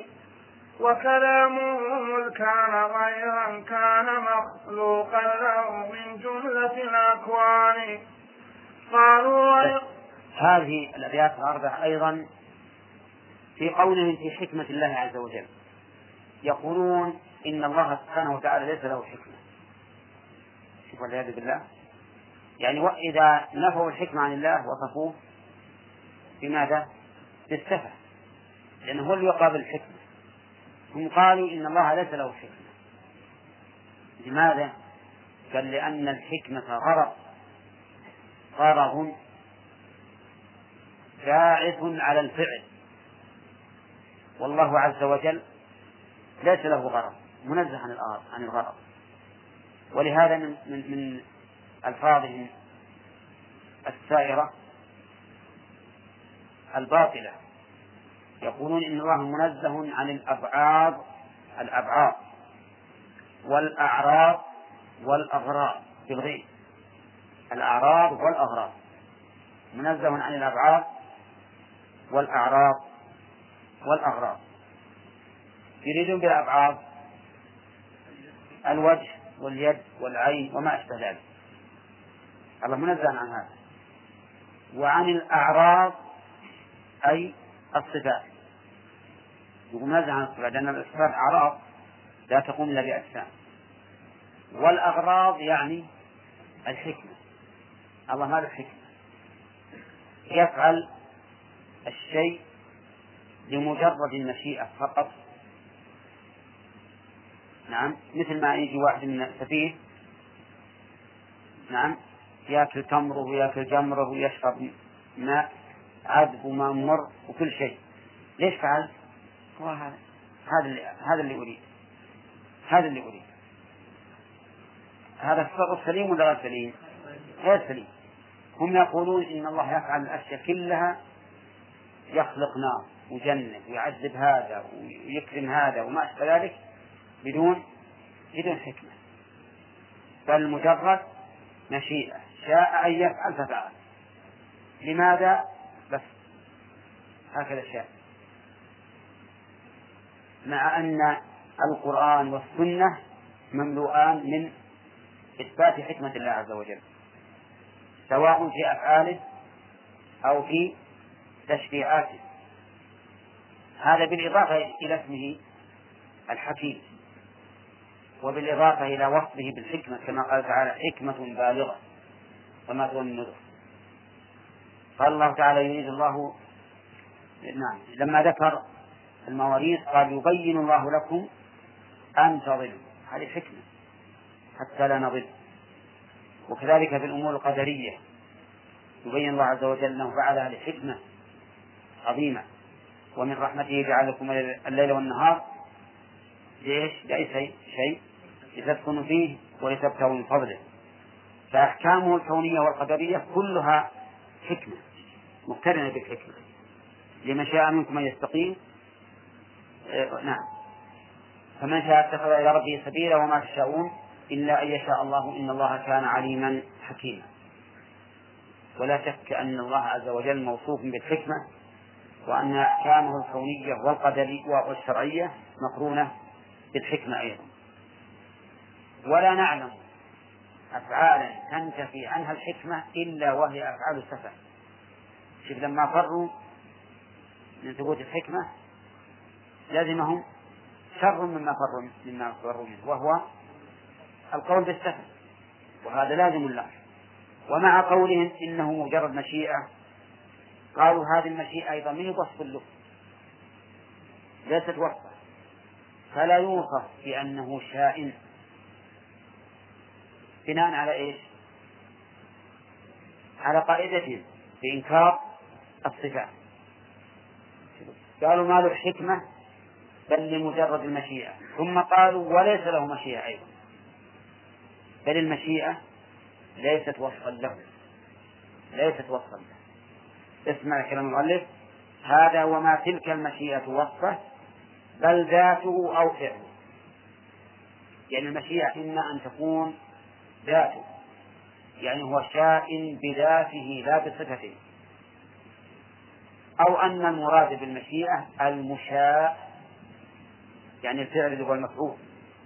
Speaker 3: وكلامه كان غيرا كان مخلوقا له من جملة الأكوان. قالوا
Speaker 4: هذه الأبيات الأربع أيضا في قولهم في حكمة الله عز وجل، يقولون إن الله سبحانه وتعالى ليس له حكمة. شوف والعياذ بالله، يعني وإذا نفوا الحكمة عن الله وصفوه بماذا؟ بالسفه، لأنه هو اللي يقابل الحكمة. هم قالوا إن الله ليس له حكمة. لماذا؟ قال لأن الحكمة غرض باعث على الفعل، والله عز وجل ليس له غرض، منزه عن الغرض. ولهذا من ألفاظهم السائرة الباطلة يقولون إن الله منزه عن الأبعاد والأعراض والأغراض بالغيب. الأعراض والأغراض، منزه عن الأبعاد والأعراض والأغراض. يريدون بالأبعاد الوجه واليد والعين وما أشبه ذلك، الله منزه عن هذا. وعن الأعراض أي الصفات، يقول منزه عن الصفات لأن الصفات أعراض لا تقوم إلا بأجسام. والأغراض يعني الحكمة، الله ما له حكمة، يفعل الشيء لمجرد المشيئة فقط. نعم، مثل ما يجي واحد من السفيه نعم يأكل تمره ويأكل جمره ويشرب ماء عذب وماء مر وكل شيء. ليش فعل؟ هو هذا اللي أريد، هذا اللي أريد. هذا التصرف سليم ولا غير سليم؟ غير سليم. هم يقولون إن الله يفعل الأشياء كلها، يخلق نار وجنة ويعذب هذا ويكرم هذا وما أشبه ذلك بدون حكمة، بل مجرد مشيئة، شاء أن يفعل ففعل. لماذا؟ بس هكذا شاء. مع أن القرآن والسنة مملوءان من إثبات حكمة الله عز وجل، سواء في أفعاله أو في تشريعاته. هذا بالإضافة إلى اسمه الحكيم، وبالإضافة إلى وصفه بالحكمة كما قال تعالى حكمة بالغة وما تغني النذر. قال الله تعالى يريد الله، نعم، لما ذكر المواريث قال يبين الله لكم أن تضلوا، هذه حكمة حتى لا نضل. وكذلك في الأمور القدرية يبين الله عز وجل أنه فعلها لحكمة عظيمة. ومن رحمته جعل لكم الليل والنهار لأي شيء لتسكنوا فيه ولتبتغوا من فضله. فأحكامه الكونية والقدرية كلها حكمة مقترنة بالحكمة. لمن شاء منكم أن يستقيم نعم، فمن شاء اتخذ إلى ربه سبيلا وما تشاءون إلا أن يشاء الله إن الله كان عليما حكيما. ولا شك أن الله عز وجل موصوف بالحكمة، وأن أحكامه الكونية والقدرية والشرعية مقرونة بالحكمة أيضا. ولا نعلم أفعالا تنتفي عنها الحكمة إلا وهي أفعال السفه. شوف لما فروا من ثبوت الحكمة لازمهم شر مما فروا منه، وهو القول بالسفه، وهذا لازم له. ومع قولهم إنه مجرد مشيئة، قالوا هذه المشيئة أيضا من وصف له، ليست وصفا، فلا يوصف بأنه شاء بناء على إيش؟ على قاعدتهم بإنكار الصفات. قالوا ما له حكمة بل لمجرد المشيئة، ثم قالوا وليس له مشيئة أيضا، بل المشيئة ليست وصفا له، ليست وصفا له. اسمع كلام المؤلف: هذا وما تلك المشيئة وصفه بل ذاته أو فعله. يعني المشيئة إما أن تكون ذاته، يعني هو شاء بذاته لا بصفته، أو أن المراد بالمشيئة المشاء، يعني الفعل اللي هو المفعول.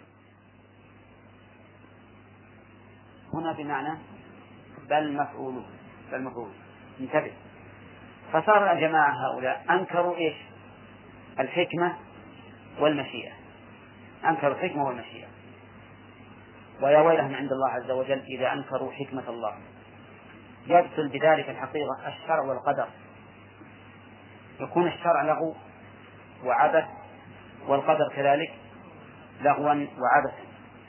Speaker 4: هنا بمعنى بل مفعول، بل مفعول. انتبه. فصار الجماعة هؤلاء أنكروا إيش؟ الحكمة والمشيئة، أنكروا الحكمة والمشيئة. ويا ويلهم عند الله عز وجل إذا أنكروا حكمة الله، يبطل بذلك الحقيقة الشرع والقدر، يكون الشرع لغو وعبث، والقدر كذلك لغوا وعبثا،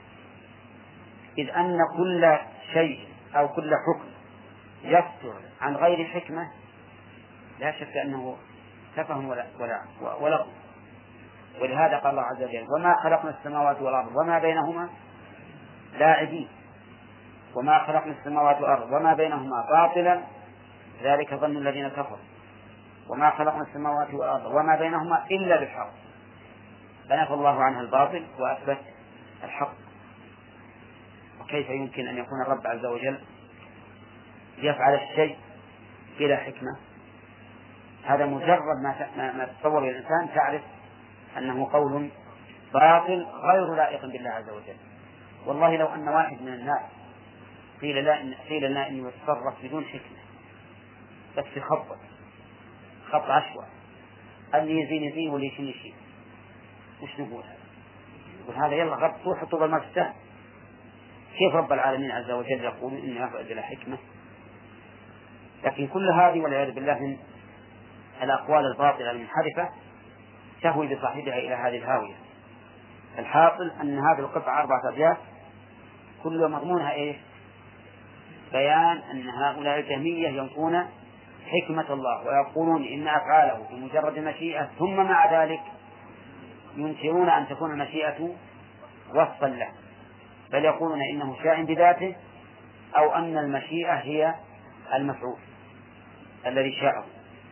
Speaker 4: إذ أن كل شيء أو كل حكم يصدر عن غير حكمة لا شك أنه سفه ولا. ولهذا قال الله عز وجل: وما خلقنا السماوات والأرض وما بينهما لاعبين، وما خلقنا السماوات والأرض وما بينهما باطلا ذلك ظن الذين كفروا، وما خلقنا السماوات والأرض وما بينهما إلا بالحق. فنفى الله عنها الباطل وأثبت الحق. وكيف يمكن أن يكون الرب عز وجل يفعل الشيء بلا حكمة؟ هذا مجرد ما تصور الإنسان تعرف أنه قول باطل غير لائق بالله عز وجل. والله لو أن واحد من الناس قيل لنا إنه يتصرف بدون حكمة، بس خط عشوائي، اللي يزين واللي يشيل، وش نقول؟ وهذا يلا غطوا حطوا بالمفتاح. كيف رب العالمين عز وجل يقول إنه يفعل بلا حكمة؟ لكن كل هذه والعياذ بالله من الأقوال الباطلة المنحرفة تهوي بصاحبها إلى هذه الهاوية. الحاصل أن هذه القطعة 4 أبيات كل مضمونها إيه؟ بيان أن هؤلاء الجهمية ينفون حكمة الله ويقولون إن أفعاله بمجرد المشيئة، ثم مع ذلك ينكرون أن تكون المشيئة وصفا له، بل يقولون إنه شاء بذاته، أو أن المشيئة هي المفعول الذي شاءه.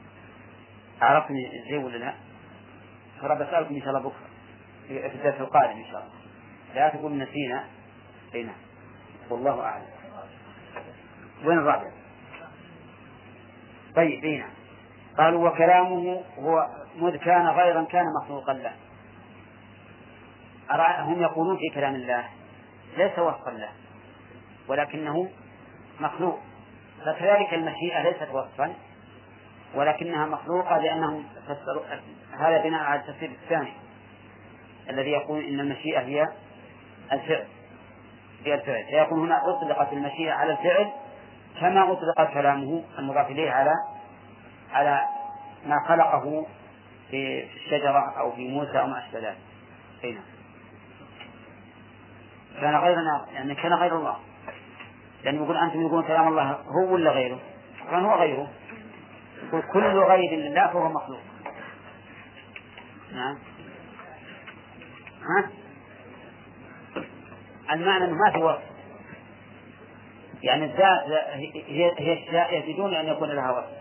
Speaker 4: عرفني إزاي ولا لا؟ ترى بسألكم إن شاء الله بكرة في الدرس القادم إن شاء الله، لا تقول نسينا. هنا والله أعلم. وين الرابع؟ طيب هنا قالوا: وكلامه هو مذ كان غيرا كان مخلوقا له. هم يقولون في كلام الله ليس وصفا له ولكنه مخلوق، فكذلك المشيئة ليست وصفا ولكنها مخلوقة، لأنهم فسروا هذا بناء على التفسير الثاني الذي يقول إن المشيئة هي الفعل، فيكون هنا أطلقت المشيئة على الفعل كما أطلق كلامه المضاف إليه على ما خلقه في الشجرة أو في موسى أو ما أشبه ذلك. هنا كان غيرنا، يعني كان غير الله، لأنه يقول أنتم يقولون كلام الله هو ولا غيره؟ كان هو غيره. يقول كل غير لله فهو مخلوق. نعم. المعنى أنه ما في وصف، يعني الذات هي الشيء بدون أن يكون لها وصف.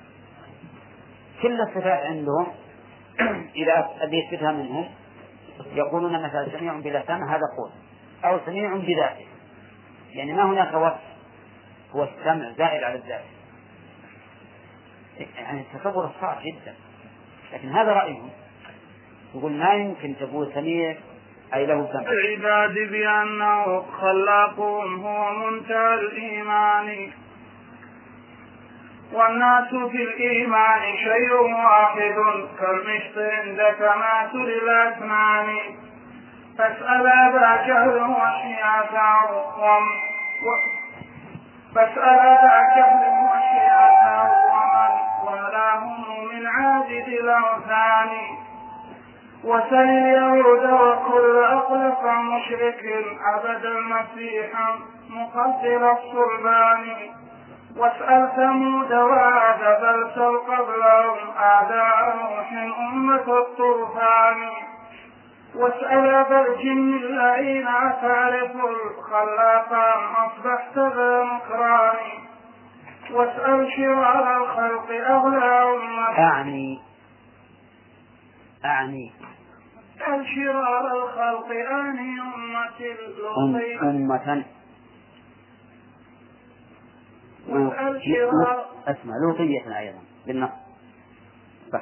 Speaker 4: كل الصفات عندهم إذا الذي يثبتها منهم يقولون مثلا سميع بلا سمع، هذا قول، أو سميع بذاته، يعني ما هناك وصف، هو السمع زائد على الذات. يعني التصور صعب جدا، لكن هذا رأيهم. يقول ما يمكن تقول سميع أي له سمع.
Speaker 3: العباد بأنه خلاقهم هو منتهى الإيمان، والناس في الإيمان شيء واحد كالمشط عند تماثل الأسنان. فاسأل أبا جهل وشيعته ومن ولاهم من عابد الأوثان. وسل اليهود وكل أخلق مشرك عبد المسيح مقدر الصلبان. واسأل ثمود وعاد بل سل قبلهم أعداء نوح أمة الطوفان. واسأل أبا الجن الذين تعرف الخلاق أصبحت ذا مكران. واسأل شرار الخلق أغلى أمة اسأل شرار الخلق أني
Speaker 4: أمة
Speaker 3: واسأل شرار
Speaker 4: أسمع لوطية أيضا بالنص صح.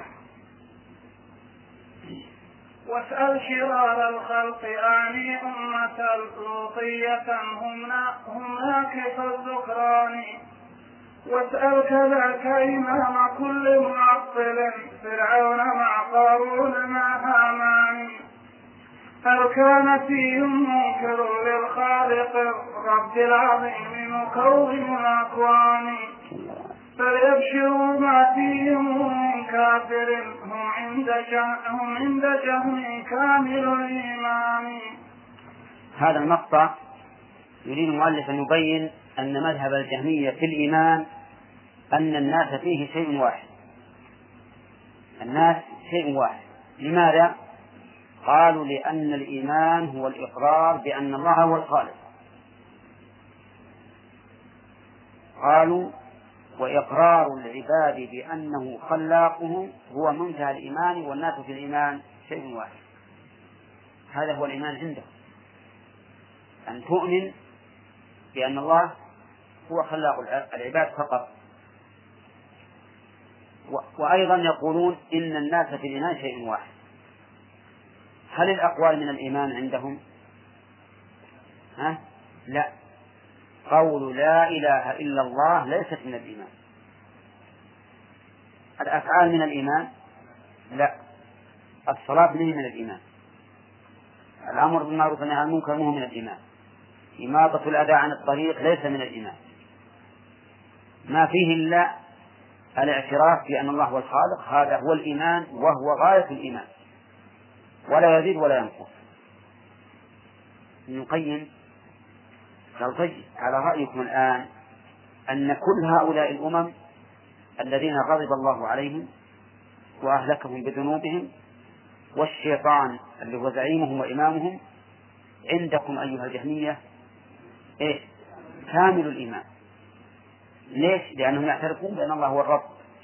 Speaker 3: واسأل شرار الخلق آني أمة لوطية هم ناكف الذكران. واسأل كذاك إمام كل معطل فرعون مع قارون مع هامان. هل كان فيهم منكر للخالق رب العظيم مكون الأكوان. فليبشروا ما فيهم من كافر هم عند جهم كامل الإيمان.
Speaker 4: هذا المقطع يريد المؤلف أن يبين أن مذهب الجهمية في الإيمان أن الناس فيه شيء واحد. الناس شيء واحد. لماذا؟ قالوا لأن الإيمان هو الإقرار بأن الله هو الخالق. قالوا وإقرار العباد بأنه خلاقه هو منتهى الإيمان، والناس في الإيمان شيء واحد. هذا هو الإيمان عندهم، أن تؤمن بأن الله هو خلاق العباد فقط. وأيضا يقولون إن الناس في الإيمان شيء واحد. هل الأقوال من الإيمان عندهم؟ لا. قول لا إله إلا الله ليست من الإيمان. الأفعال من الإيمان؟ لا. الصلاة من الإيمان. الأمر بالمعروف والنهي عن المنكر مو من الإيمان. إماطة الأذى عن الطريق ليس من الإيمان. ما فيه إلا الاعتراف بأن الله هو الخالق، هذا هو الإيمان وهو غاية الإيمان، ولا يزيد ولا ينقص. ابن القيم قال طيب على رأيكم الآن أن كل هؤلاء الأمم الذين غضب الله عليهم وأهلكهم بذنوبهم والشيطان اللي هو زعيمهم وإمامهم عندكم أيها الجهمية كامل الإيمان. ليش؟ لأنهم يعترفون بأن الله هو الرب.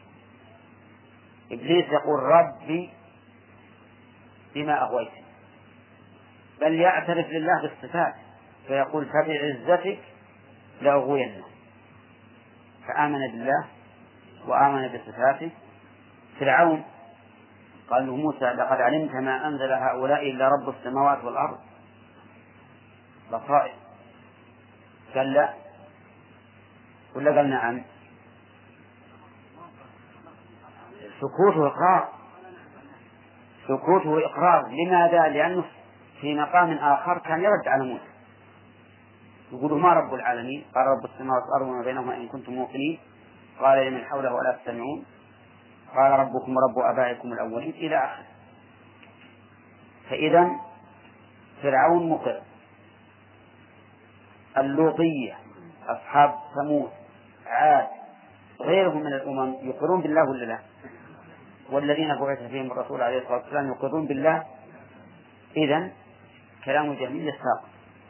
Speaker 4: إبليس يقول ربي بما أغويتني، بل يعترف لله بالصفات فيقول فبعزتك لأغوينه. فآمن بالله وآمن بصفاته. فرعون قال له موسى لقد علمت ما أنزل هؤلاء إلا رب السماوات والأرض بصائر. قال لا ولا قال نعم؟ سكوته إقرار. لماذا؟ لأنه في مقام آخر كان يرد على موسى يقولوا ما رب العالمين؟ قال رب السماوات والأرض وما بينهما إن كنتم موقنين. قال لمن حوله ألا تستمعون؟ قال ربكم ورب آبائكم الأولين إلى آخره. فإذا فرعون مقر، اللوطية أصحاب ثمود عاد غيرهم من الأمم يقرون بالله ولا لا؟ والذين بعث فيهم الرسول عليه الصلاة والسلام يقرون بالله. إذن كلام الجهمية ساقط.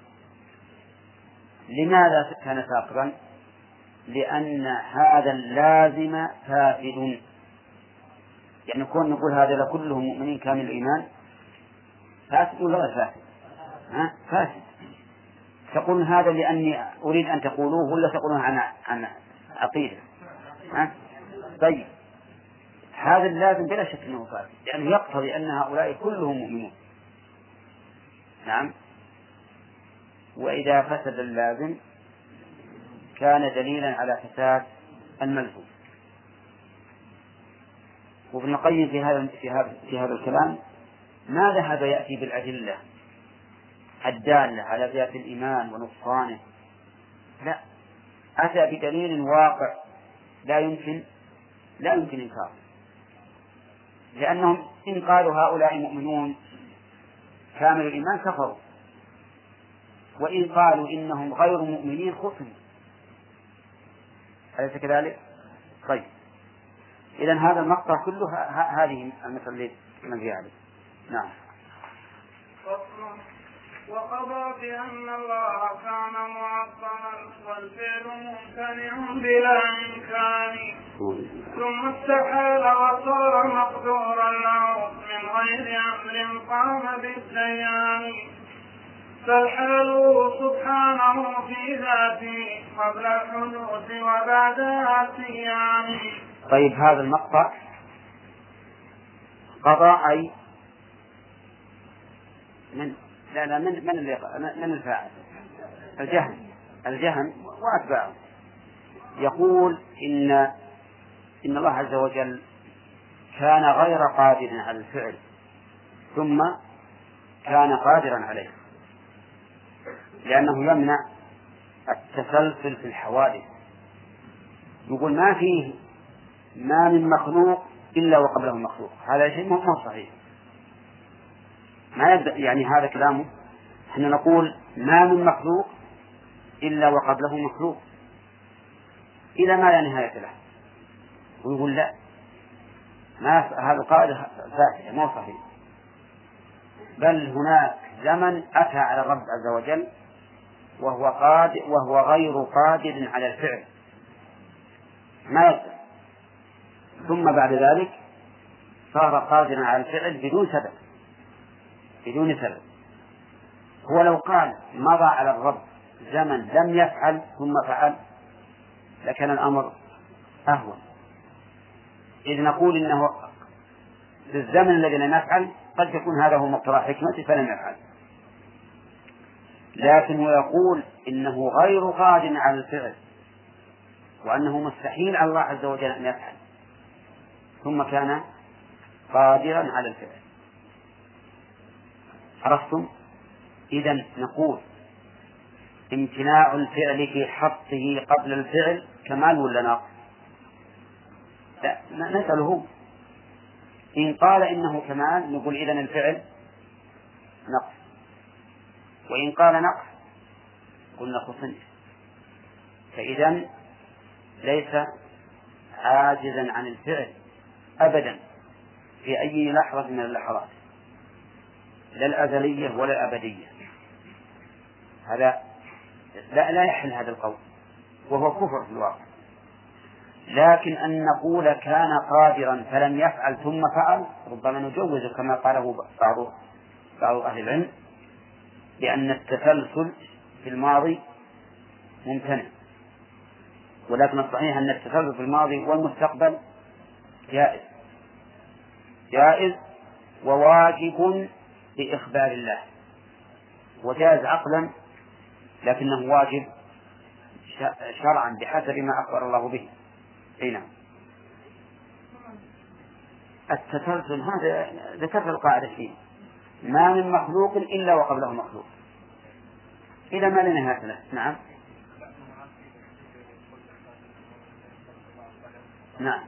Speaker 4: لماذا كان ساقطا؟ لأن هذا اللازم فاسد. يعني كون نقول هذا كلهم مؤمنين كامل الإيمان فاسد ولا غير فاسد؟ فاسد. تقولون هذا لأني أريد أن تقولوه ولا تقولون عن عقيدة؟ طيب هذا اللازم بلا شك أنه فاسد، لأنه يقتضي أن هؤلاء كلهم مؤمنون. نعم. وإذا فسد اللازم كان دليلا على فساد الملزوم. وابن القيم في هذا الكلام ما ذهب يأتي بالأدلة الدالة على ذات الإيمان ونقصانه، لا، أتى بدليل واقع لا يمكن إنكاره، لأنهم إن قالوا هؤلاء مؤمنون كامل الإيمان كفروا، وإن قالوا إنهم غير مؤمنين خصموا، أليس كذلك؟ طيب، إذن هذا المقطع كله هذه المثل من في عليه. نعم.
Speaker 3: وقضى بأن الله كان معظما والفعل ممتنع بلا إمكان، ثم استحال وصار مقدورا له من غير أمر قام بالديان، فالحال سبحانه في ذاته قبل الحدوث وبعدها التيان.
Speaker 4: طيب، هذا المقطع قضى أي من الفاعل؟ الجهم وأتباعه. يقول إن الله عز وجل كان غير قادر على الفعل ثم كان قادرا عليه، لأنه يمنع التسلسل في الحوادث. يقول ما من مخلوق إلا وقبله مخلوق، هذا شيء مو صحيح، ما يبدأ يعني هذا كلامه. احنا نقول ما من مخلوق إلا وقبله مخلوق إلى ما لا نهاية له، ويقول لا، ما هذا القاعدة فاسدة مو صحيح، بل هناك زمن أتى على الرب عز وجل وهو غير قادر على الفعل، ما يبدأ، ثم بعد ذلك صار قادرا على الفعل بدون سبب. هو لو قال مضى على الرب زمن لم يفعل ثم فعل لكان الأمر أهون، إذ نقول إنه في الزمن الذي لم يفعل قد يكون هذا هو مقتضى حكمته فلم يفعل، لكن هو يقول إنه غير قادر على الفعل وأنه مستحيل على الله عز وجل أن يفعل ثم كان قادرا على الفعل. عرفتم؟ إذن نقول امتناع الفعل في حقه قبل الفعل كمال ولا نقص؟ لا، نسأله. إن قال إنه كمال نقول إذن الفعل نقص، وإن قال نقص قلنا خصن، فإذن ليس عاجزا عن الفعل أبدا في أي لحظة من اللحظات، لا الأزلية ولا الأبدية. هذا لا يحل هذا القول، وهو كفر في الواقع. لكن أن نقول كان قادرا فلم يفعل ثم فعل ربما نجوز كما قاله بعض أهل العلم، لأن التسلسل في الماضي ممتنع، ولكن الصحيح أن التسلسل في الماضي والمستقبل جائز وواجب بإخبار الله، وجائز عقلا لكنه واجب شرعا بحسب ما أخبر الله به. نعم. التسلسل هذا ذكرت القاعدة فيه، ما من مخلوق إلا وقبله مخلوق إذا ما لنا هكذا. نعم. نعم،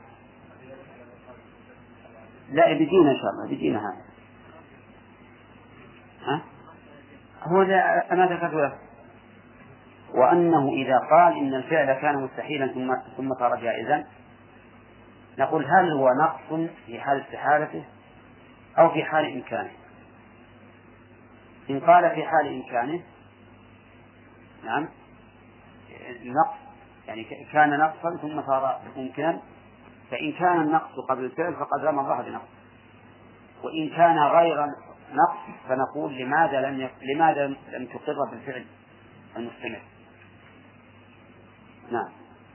Speaker 4: لا بيجينا إن شاء الله، بيجينا هذا. هو أنا ذكرت له، وأنه إذا قال إن الفعل كان مستحيلا ثم صار جائزا نقول هل هو نقص في حال استحالته أو في حال إمكانه؟ إن قال في حال إمكانه نعم نقص، يعني كان نقصا ثم صار ممكنا، فإن كان النقص قبل الفعل فقد رمى الله بنقص، وإن كان غير نقص فنقول لماذا لم تقر بالفعل المستمر. نعم.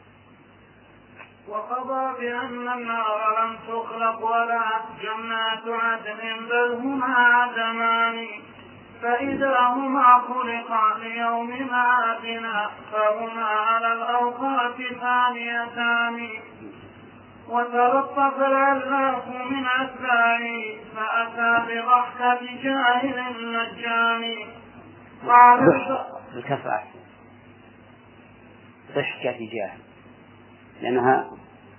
Speaker 3: وقضى بأن النار لم تخلق ولا جنات عدن بل هما عدمان، فإذا هما خلقا ليوم معادنا فهما على الأوقات ثانيتان. وتلطف العلاف من أتباعه فأتى بضحكة جاهل مجاني.
Speaker 4: الكفاءة ضحكة جاهل لأنها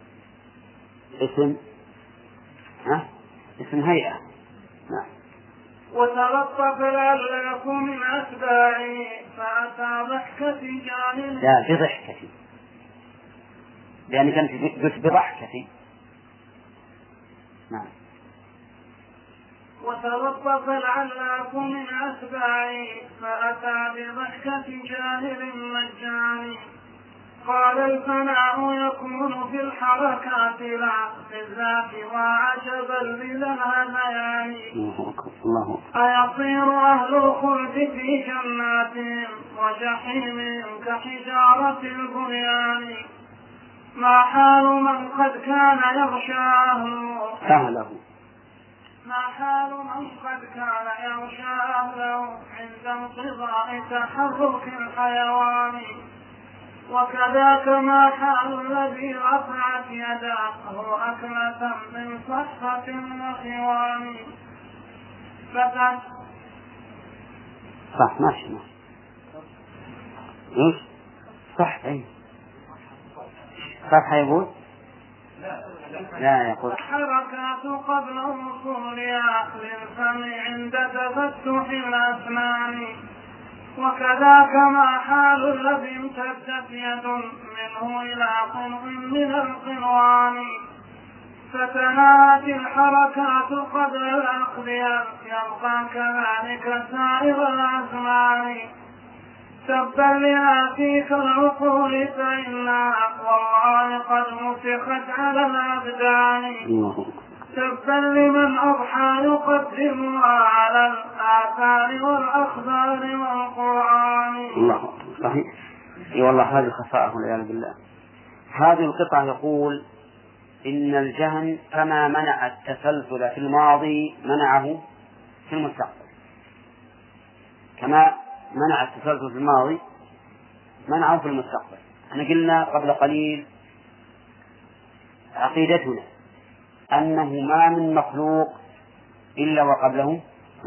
Speaker 4: اسم هيئة. نعم.
Speaker 3: وتلطف العلاف من أتباعه فأتى ضحكة جاهل.
Speaker 4: لا بضحكة، لأن كانت قلت بضحكة. نعم.
Speaker 3: وتلطف العلاف من أتباعه فأتى بضحكة جاهل مجاني. قال الفناء يكون في الحركات لا في الذات وعجبا لذا الهذيان. أيصير أهل الخلد في جنات وجحيم كحجارة البنيان. ما حال من قد كان يغشى أهله عند انقضاء تحرك الحيوان. وكذاك ما حال الذي رفعت يداه أكلة من صحفة وخوان.
Speaker 4: صح ماشي صح صح يقول لا يقول
Speaker 3: الحركات قبل وصولها للفم عند تفتح الأسنان. وكذاك ما حال الذي امتدت يد منه إلى قنو من القنوان. فتناهت الحركات قبل الأخذ يبقى كذلك سائر الأزمان. تبا لآتيك العقول فإنها والله قد مسخت على الأبدان. تبا لمن أضحى يقدمها على الآثار والأخبار والقرآن.
Speaker 4: الله صحيح. اي والله هذه خصائص والعياذ بالله. هذه القطعة يقول إن الجهل كما منع التسلسل في الماضي منعه في المستقبل. كما منع التسلسل في الماضي منعه في المستقبل. احنا قلنا قبل قليل عقيدتنا أنه ما من مخلوق إلا وقبله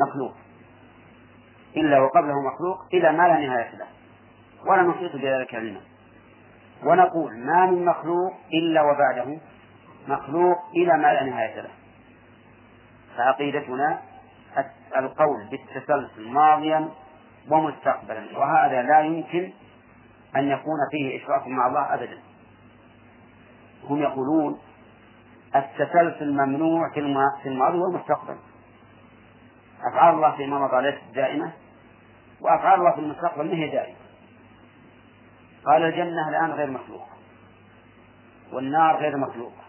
Speaker 4: مخلوق إلى ما لا نهاية له ولا نحيط بذلك علما. ونقول ما من مخلوق إلا وبعده مخلوق إلى ما لا نهاية له. فعقيدتنا القول بالتسلسل ماضيا ومستقبلا، وهذا لا يمكن أن يكون فيه إشراك مع الله أبدا. هم يقولون التسلسل ممنوع في الماضي والمستقبل. أفعال الله فيما مضى ليست دائمة، وأفعال الله في المستقبل ما هي دائمة. قال الجنة الآن غير مخلوقة والنار غير مخلوقة،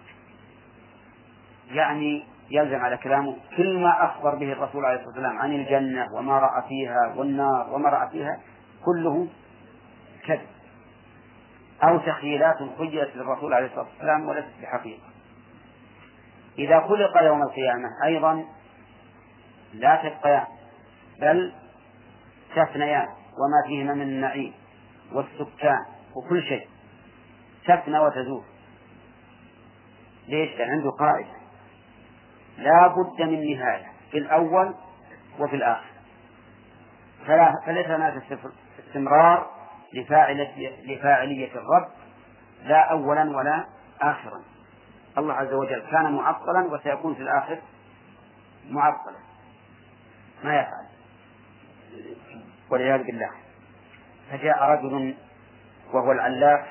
Speaker 4: يعني يلزم على كلامه كل ما أخبر به الرسول عليه الصلاة والسلام عن الجنة وما رأى فيها والنار وما رأى فيها كله كذب أو تخيلات خيلت للرسول عليه الصلاة والسلام وليست بحقيقة. إذا خلق يوم القيامة أيضا لا تبقيان بل تفنيان وما فيهما من النعيم والسكان وكل شيء تفنى وتزول. ليش؟ لأن عنده قاعدة لا بد من نهاية في الأول وفي الآخر، فليس هناك استمرار لفاعلية الرب لا أولا ولا آخرا. الله عز وجل كان معطلا وسيكون في الآخر معطلا ما يفعل والعياذ بالله. فجاء رجل وهو العلاف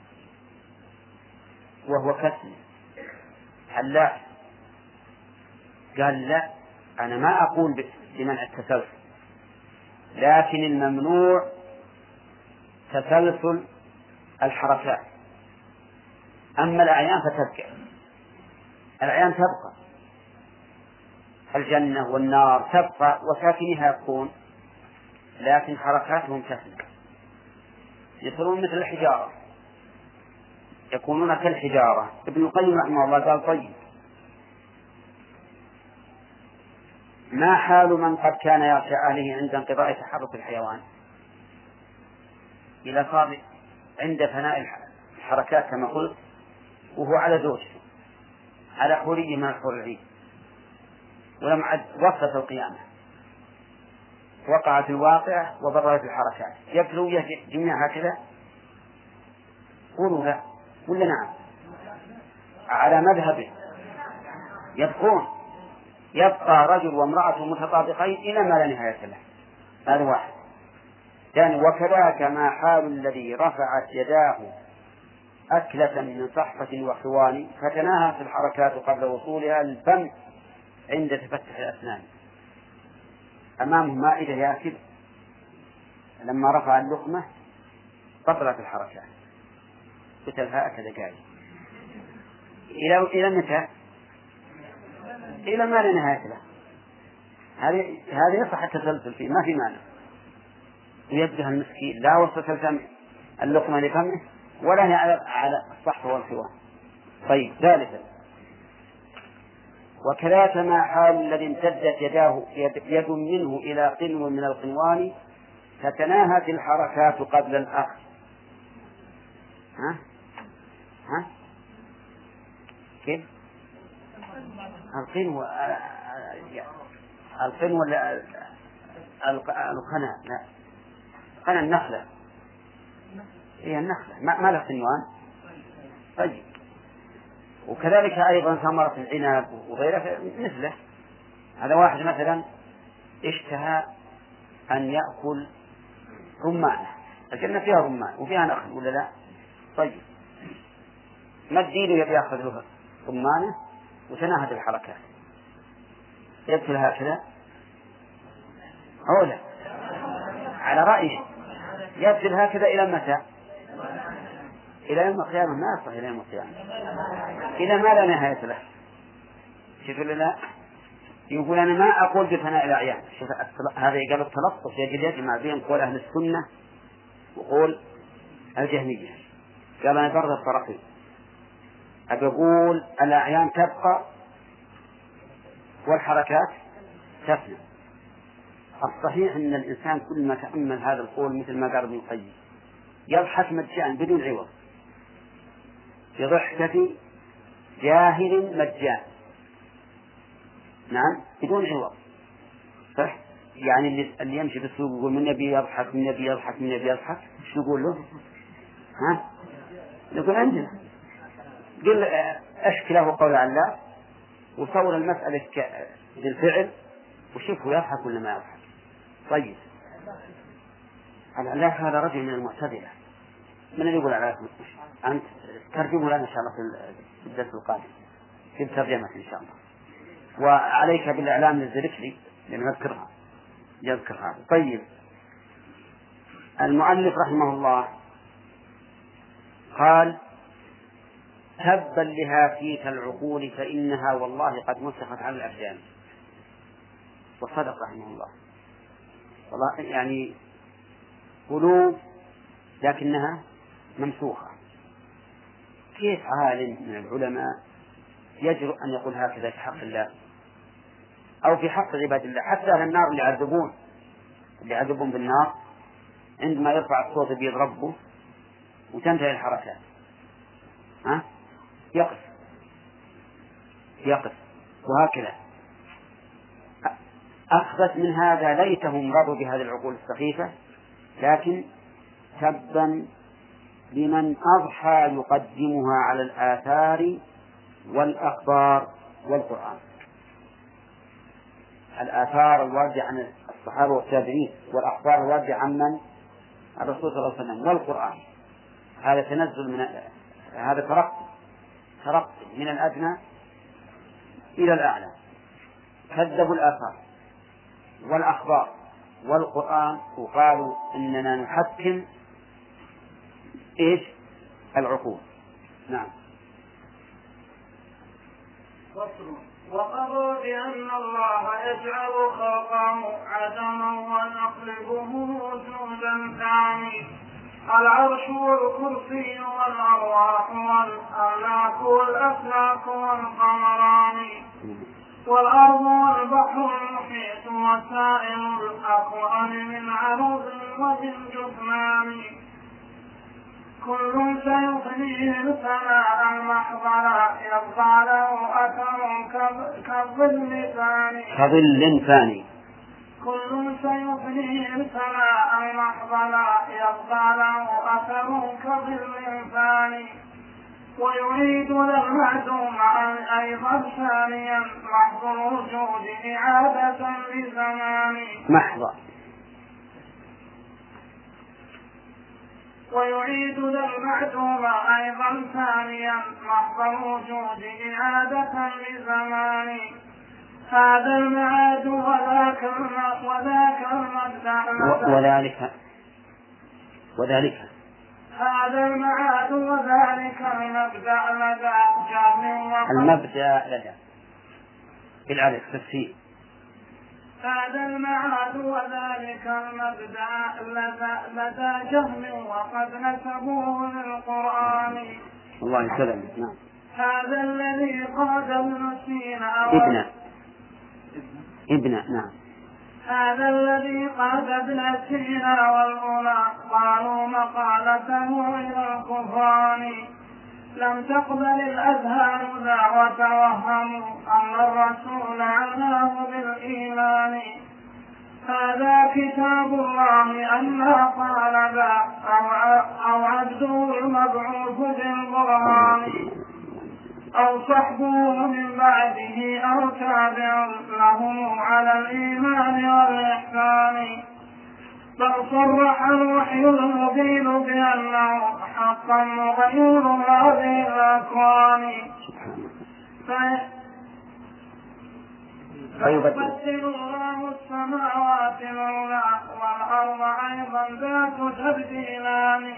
Speaker 4: وهو كسل حلاف قال لا أنا ما أقول بمنع التسلسل، لكن الممنوع تسلسل الحركات، أما الأعيان فتبقى. الأعيان تبقى، الجنة والنار تبقى وساكنها يبقون، لكن حركاتهم تفنى، يصيرون مثل الحجارة، يكونون كالحجارة. ابن القيم رحمه الله قال طيب ما حال من قد كان يغشى أهله عند انقضاء تحرك الحيوان إلى صار عند فناء الحركات كما قلت وهو على زوج على حورية من الحور العين ولم عد وقت القيامة وقعت الواقع وبررت الحركات يبقوا جميع هكذا قولوا لا ولا نعم على مذهبه يبقى رجل وامرأة متطابقين إلى ما لا نهاية له. هذا واحد. ثاني وكذاك ما حال الذي رفعت يداه أكلة من صحفة وحوان فتناهت الحركات قبل وصولها الفم عند تفتح الأسنان. أمامه مائدة يأكل لما رفع اللقمة بطلت الحركات قتلها أكل دقائق إلى متى؟ إلى ما لا نهاية له. هذه يصح التسلسل فيه ما في مانع ويبدأ المسكين لا وصلت الفم اللقمة لفمه ولا هي على الصحفة والحوان. طيب ثالثا وكذاك ما حال الذي امتدت يد منه إلى قنو من القنوان فتناهت الحركات قبل الأخذ. كيف؟ القنو ولا القنا؟ لا قنا النخلة هي النخلة ما لها قنوان. طيب وكذلك أيضا ثمرة العنب وغيره مثله. هذا واحد مثلا اشتهى أن يأكل رمانة الجنة فيها رمان وفيها نخل ولا لا؟ طيب ما الدين يبي يأخذ له رمانة وتناهت الحركات يبتل هكذا أولا على رأيه يبتل هكذا إلى متى؟ إلى يوم القيامة. ما يصح إلى يوم القيامة إلى ما لا نهاية له. شوفوا لا يقول أنا ما أقول بفناء الأعيان. هذا قال التلطف يجمع بين قول أهل السنة وقول الجهمية. قال أنا برد الطرفين أقول الأعيان تبقى والحركات تفنى. الصحيح أن الإنسان كل ما تأمل هذا القول مثل ما قال ابن القيم يضحك مجان بدون عوض بضحكة جاهل مجان. نعم بدون عوض صح. يعني اللي يمشي بالسوق يقول من يبي يضحك من يبي يضحك من يبي يضحك ايش نقول له؟ نقول عندنا قل أشكله قول الله وصور المسألة بالفعل وشوفه يضحك ولا ما يضحك. طيب العلاج هذا رجل من المعتزلة. من اللي يقول العلاج؟ أنت ترجمه لنا إن شاء الله في الدرس القادم في الترجمة إن شاء الله. وعليك بالإعلام للزركلي يذكر هذا. طيب المؤلف رحمه الله قال تبا لهاتيك العقول فإنها والله قد مسخت على الأبدان. وصدق رحمه الله والله يعني قلوب لكنها ممسوخة. كيف عالم من العلماء يجرؤ أن يقول هكذا في حق الله أو في حق عباد الله؟ حتى أهل النار اللي يعذبون بالنار عندما يرفع الصوت بيد ربه وتنتهي الحركات يقف وهكذا. أخذت من هذا ليتهم رضوا بهذه العقول السخيفة. لكن تبا لمن أضحى يقدمها على الآثار والأخبار والقرآن. الآثار الواردة عن الصحابة والتابعين والأخبار الواردة عن من؟ الرسول صلى الله عليه وسلم والقرآن. هذا تنزل من هذا ترقي من الأدنى إلى الأعلى. كذبوا الآثار والأخبار والقرآن وقالوا إننا نحكم العقول. نعم.
Speaker 3: وقالوا بأن الله يجعل خلقه عدما ونقلبه وجودا ثاني. العرش والكرسي والأرواح والآلاف والأفلاك والقمران والأرض والبحر المحيط وسائر الأكوان من عرض ومن جثمان كل سيفنيه السماء المحضر يبقى له أثر كظل ثاني كل سيفنيه السماء المحضر يبقى له أثر كظل ثاني ويعيد المعدوم أيضا ثانيا محض الوجود إعادة بزمان ويعيد المعدوم أيضا ثانيا محض الوجود إعادة بزمان هذا المعاد وذاك المبدأ
Speaker 4: وذلك
Speaker 3: هذا المعاد وذلك المبدأ لدى جهل
Speaker 4: المبدأ لدى بالعدد تفسير
Speaker 3: هذا المعاد وذلك المبدأ لدى جهل وقد نسبوه للقرآن
Speaker 4: الله يسلم. نعم.
Speaker 3: هذا الذي قاد ابن سينا
Speaker 4: ابن نعم
Speaker 3: هذا الذي قاد ابن سينا والأولى قالوا مقالته إلى الكفران لم تقبل الأذهان ذا وتوهموا أن الرسول عناه بالإيمان هذا كتاب الله أما قال ذا أو عبده المبعوث بالبرهان أو صحبه من بعده أو تابع لهم على الإيمان والإحسان بل صرح الوحي المبين بأنه حقا مغير هذه الأكوان فيبدل الله السماوات العلى والأرض أيضا ذات تبديلان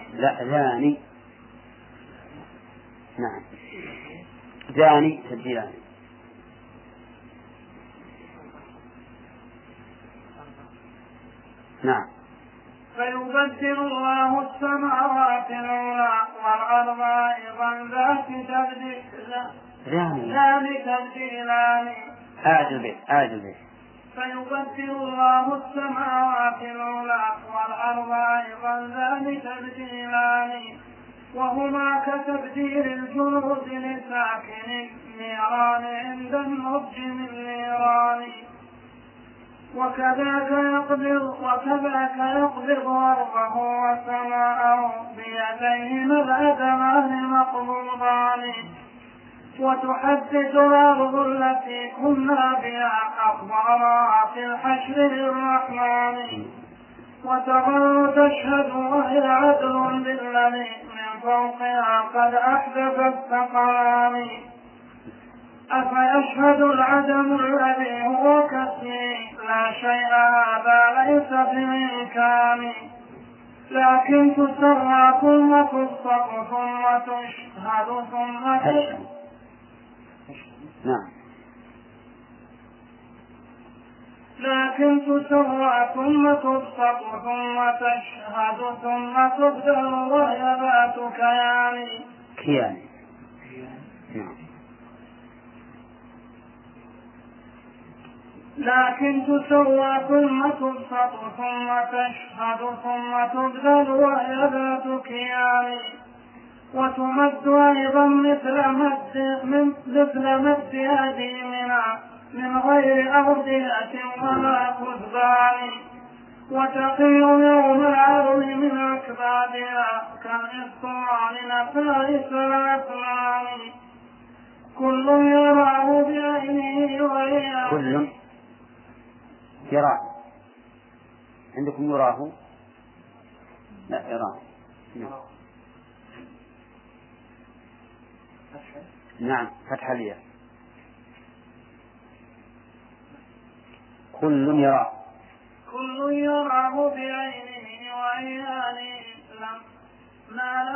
Speaker 4: نعم ذاني تبديلان نعم
Speaker 3: فيبدل الله السماوات العلى والأرض أيضا ذات تبديلان
Speaker 4: أعجل به
Speaker 3: فيبدل الله السماوات العلى والأرض أيضا ذات تبديلان وهما كتبديل الجنود لساكن النيران عند النضج من نيران وكذاك يقبض أرضه وسماءه بيديهما الأدمان مقبوضان وتحدث الأرض التي كنا بها أخبارها في الحشر للرحمن وتظل تشهد وهي عدل بالذي من فوقها قد أحدث الثقلان أفيشهد العدم الذي هو كاسمه لا شيء هذا ليس بإمكان لكن تسرى ثم تصدق ثم تشهد ثم تشهد لكن تسرى ثم تصدق ثم تشهد ثم تبدل وهي ذات كيان لكن تسوى ثم تبسط ثم تشهد ثم تبدل وهي ذات كيان وتمد أيضا مثل مد أديمنا من غير أودية ولا كذبان وتقي يوم العرض من أكبادها كالإسطوان نفائس الأثمان كل يراه بعينه وعيانه
Speaker 4: كل يراه عندكم يراه لا يراه نعم فتح الياء كل
Speaker 3: يراه بعينه وعيانه ما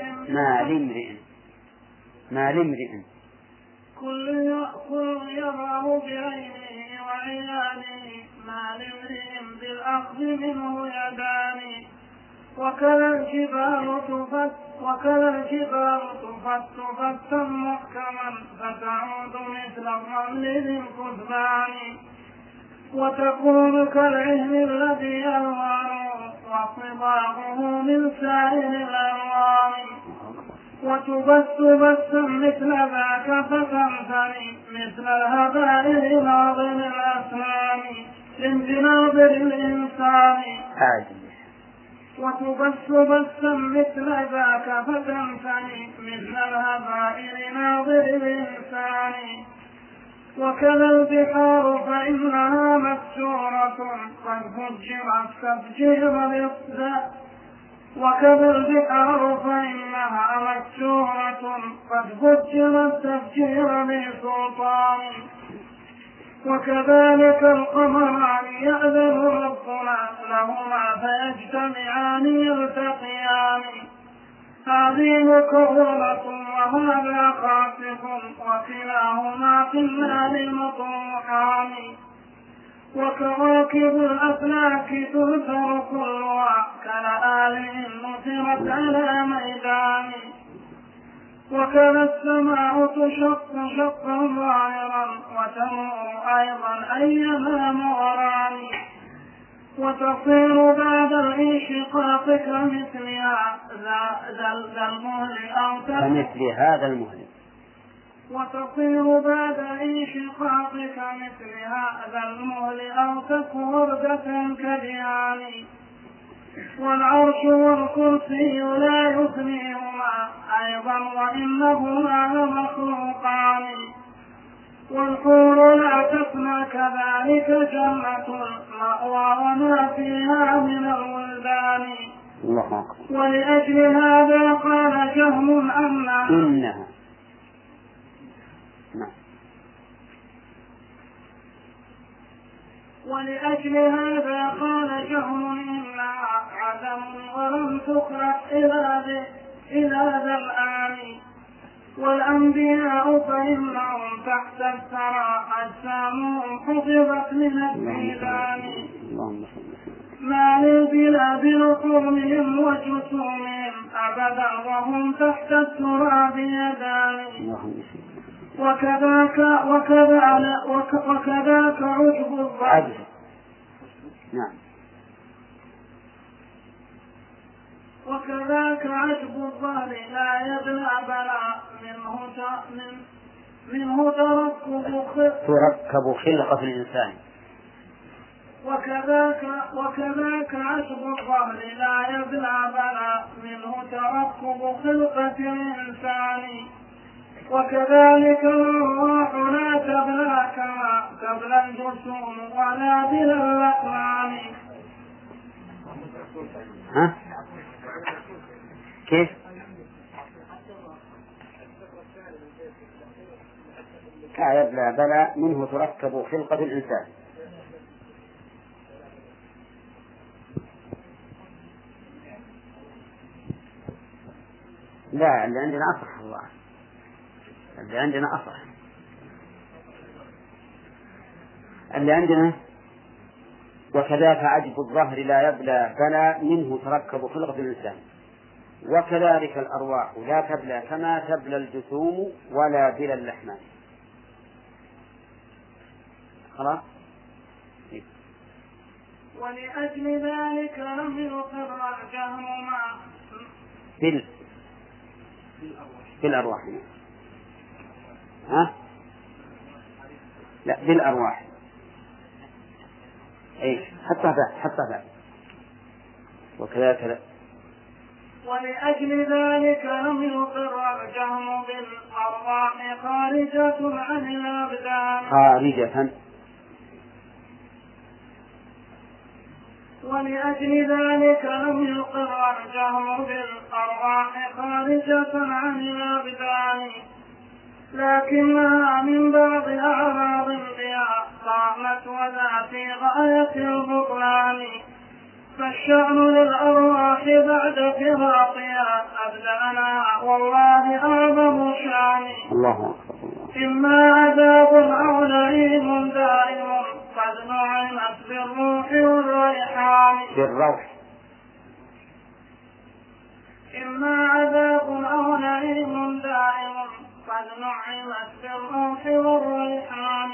Speaker 4: لامرئ
Speaker 3: كل يراه بعينه وعيانه ما لامرئ بالأخذ منه يدان وكذا الجبال تفت فتا محكما فتعود مثل الرمل ذي الكثبان وتكون كالعهن الذي ألوانه وصباغه من سائر الألوان وتبث بثا مثل ذاك فتنثني مثل الهبائل ناظم الأسنان لانتناظر الإنسان وتبث بثا مثل ذاك فتنثني مثل الهبائل ناظر الإنسان وكذا البحار فإنها مكسورة قد فجرت تفجير الإقداء وكذا البحار فإنها مكسورة قد فجرت تفجير بسلطان وكذلك القمران يأذن ربنا لهما فيجتمعان يلتقيان هذه مكونة وهذا خاسف وكلاهما في النار مطروحان وكواكب الأفلاك تنثر كلها كالآلئ نثرت على ميدان وكذا السماء تشق شقا ظاهرا وتمر أيضا أيما مغران وتصير بعد الانشقاق كمثلها ذا المهل أو
Speaker 4: كمثل هذا المهل
Speaker 3: وتصير بعد الانشقاق كمثلها ذا المهل أو تكوردة كديان والعرش والكرسي لا يثنيهما أيضا وإنهما لمخلوقان والحور لا تفنى كذلك جنة المأوى وما فيها من الولدان ولأجل هذا قال جهم أنها ولأجل هذا قال جهم إنها عدم ولم تخلق إلى ذا الآن والأنبياء فإنهم تحت الثرى أجسامهم حفظت من الزيدان ما للبلاد لحومهم وجسومهم أبدا وهم تحت التراب يدان وكذاك عجب الظهر وكذاك عجب الظهر لا يبلى بلا منه تركب
Speaker 4: خلقة الإنسان
Speaker 3: وكذاك عجب الظهر لا يبلى بلا منه تركب خلقة الإنسان وكذلك الروح لا تبلى كما تبلى الجسوم ولا بلا الأقلام.
Speaker 4: كيف؟ لا يبلى بلى منه تركب خلقة الإنسان. لا اللي عندنا أصح الله اللي عندنا أصح اللي عندنا وكذاك عجب الظهر لا يبلى بلى منه تركب خلقة الإنسان وكذلك الأرواح لا تبلى كما تبلى الجسوم ولا بلا اللحمان. خلاص.
Speaker 3: ولأجل ذلك لم يقر الجهم مع
Speaker 4: بالأرواح. لا بالأرواح. أي حتى ذا وكذلك لا.
Speaker 3: ولأجل ذلك لم يقر الجهم بالأرواح خارجة عن الأبدان. ولأجل ذلك لم يقر الجهم بالأرواح خارجة عن الأبدان لكنها من بعض أعراض بها قامت وذا في غاية البطلان فالشأن للأرواح بعد فراقها أبدأنا والله أعظم شأن. إما عذاب أو نعيم دائم قد نعمت بالروح والريحان. إما عذاب أو نعيم دائم قد نعمت بالروح والريحان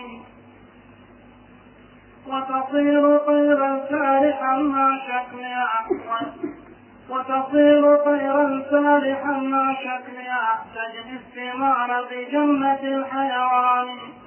Speaker 3: وتصير طيرا سارحا مع شكلها تجني الثمار بجنة الحيوان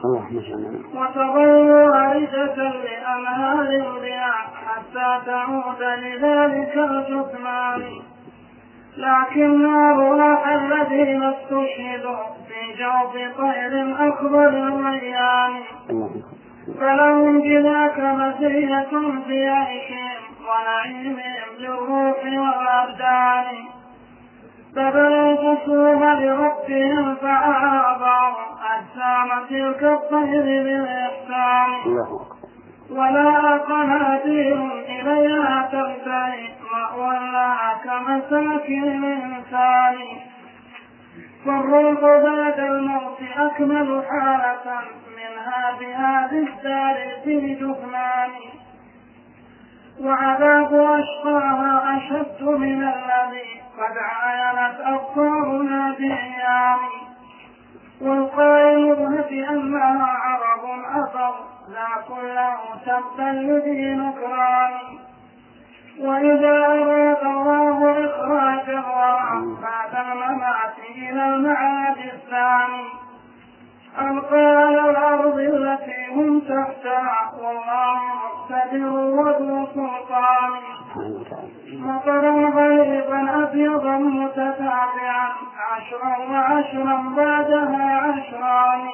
Speaker 3: وتظل واردة لأنهار الرياح حتى تعود لذلك الجثمان لكن الروح الذين استشهدوا في جوف طير أخضر الريان فلهم بذاك مزية في عيشهم ونعيمهم للروح والأبدان فبلوا الجسوم لربهم فأعاضوا أجسام تلك الطير بالإحسان ولا قناديل إليها تنتهي مأوى لها كمساكن الإنسان فالروح بعد الموت أكمل حالة منها بهذه الدار في جثمان وعذاب أشقاها أشد من الذي قد عاينت أبصارنا بأيام والقائل بأنها عرب أثر لا كله سبا لذي نكران وإذا أراد الله إخراج الورى بعد الممات إلى المعاد الثاني ألقى على الأرض التي هم تحتها والله مقتدر وذو سلطان مطرا غريبا أبيضا متتابعا 10 و10 بعدها 10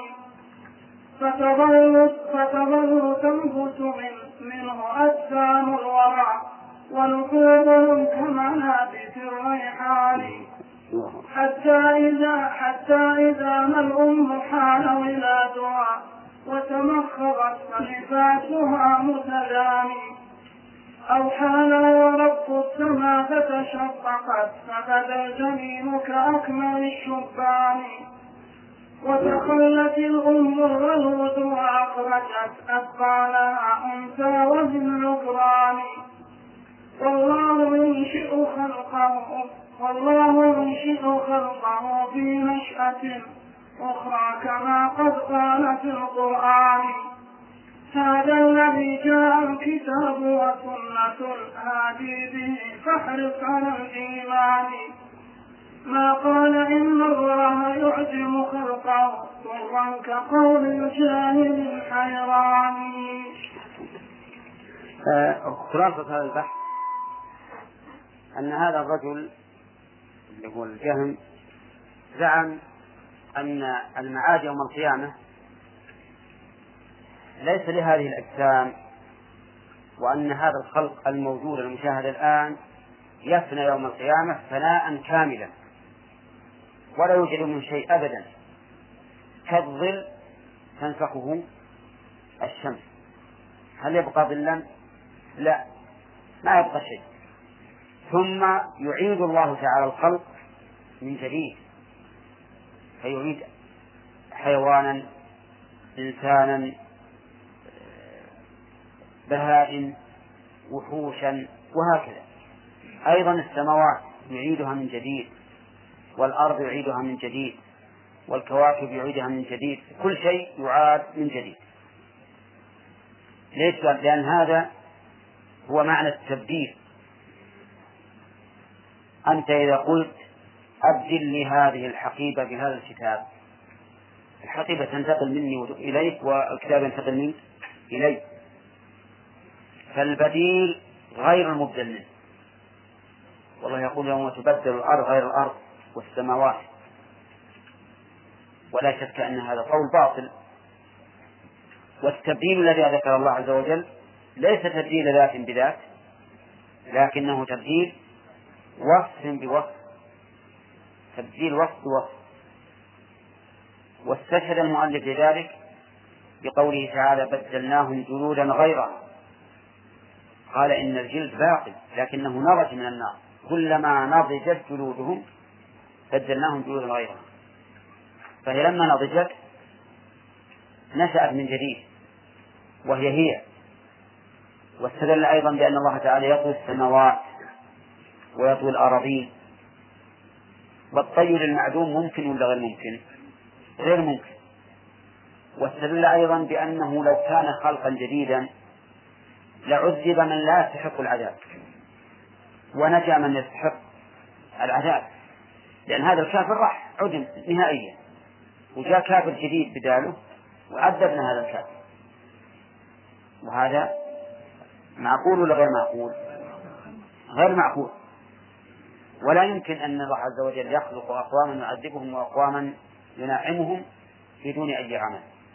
Speaker 3: فتظل تنبت منه أجسام الورى ونقوبهم كمنابت الريحان حتى إذا ما الأم حان ولادها وتمخضت فنفاسها متداني أو حان ورب السماء فتشققت فبدا الجنين كأكمل الشبان وتخلت الأم الولود وأخرجت أثقالها أنثى ومن نكران والله ينشئ خلقه في نشأة أخرى كما قد قال في القرآن هذا الذي جاء الكتاب وسنة الهادي به فاحرص على الإيمان ما قال إن الله يعجم خلقه سرا كقول الجاهل الحيران.
Speaker 4: خلاصة هذا البحث أن هذا الرجل اللي هو الجهم زعم أن المعاد يوم القيامة ليس لهذه الأجسام وأن هذا الخلق الموجود المشاهد الآن يفنى يوم القيامة فناء كاملا ولا يوجد من شيء أبدا كالظل تنفخه الشمس هل يبقى ظلا؟ لا ما يبقى شيء ثم يعيد الله تعالى الخلق من جديد فيعيد حيوانا إنسانا بهائم وحوشا وهكذا أيضا السماوات يعيدها من جديد والأرض يعيدها من جديد والكواكب يعيدها من جديد كل شيء يعاد من جديد. ليش؟ لأن هذا هو معنى التبديل. أنت إذا قلت أبدل لي هذه الحقيبة بهذا الكتاب الحقيبة تنتقل مني إليك والكتاب ينتقل مني إليك فالبديل غير المبدل منه. والله يقول يوم تبدل الأرض غير الأرض والسماوات ولا شك أن هذا قول باطل. والتبديل الذي ذكر الله عز وجل ليس تبديل ذات بذات لكنه تبديل وصف بوصف تبديل وصف بوصف. واستشهد المؤلف لذلك بقوله تعالى بدلناهم جلودا غيرها قال إن الجلد باقي لكنه نضج من النار كلما نضجت جلودهم بدلناهم جلودا غيرها فهي لما نضجت نشأت من جديد وهي واستدل أيضا بأن الله تعالى يطوي السماوات ويطوي الأراضين والطي للمعدوم ممكن ولا غير ممكن؟ غير ممكن. واستدل أيضا بأنه لو كان خلقا جديدا لعذب من لا يستحق العذاب ونجا من يستحق العذاب، لأن هذا الكافر راح عدم نهائيا وجاء كافر جديد بداله وعذبنا هذا الكافر. وهذا معقول ولا غير معقول؟ غير معقول. ولا يمكن أن الله عز وجل يخلق أقواما يعذبهم وأقواما ينعمهم بدون أي عمل.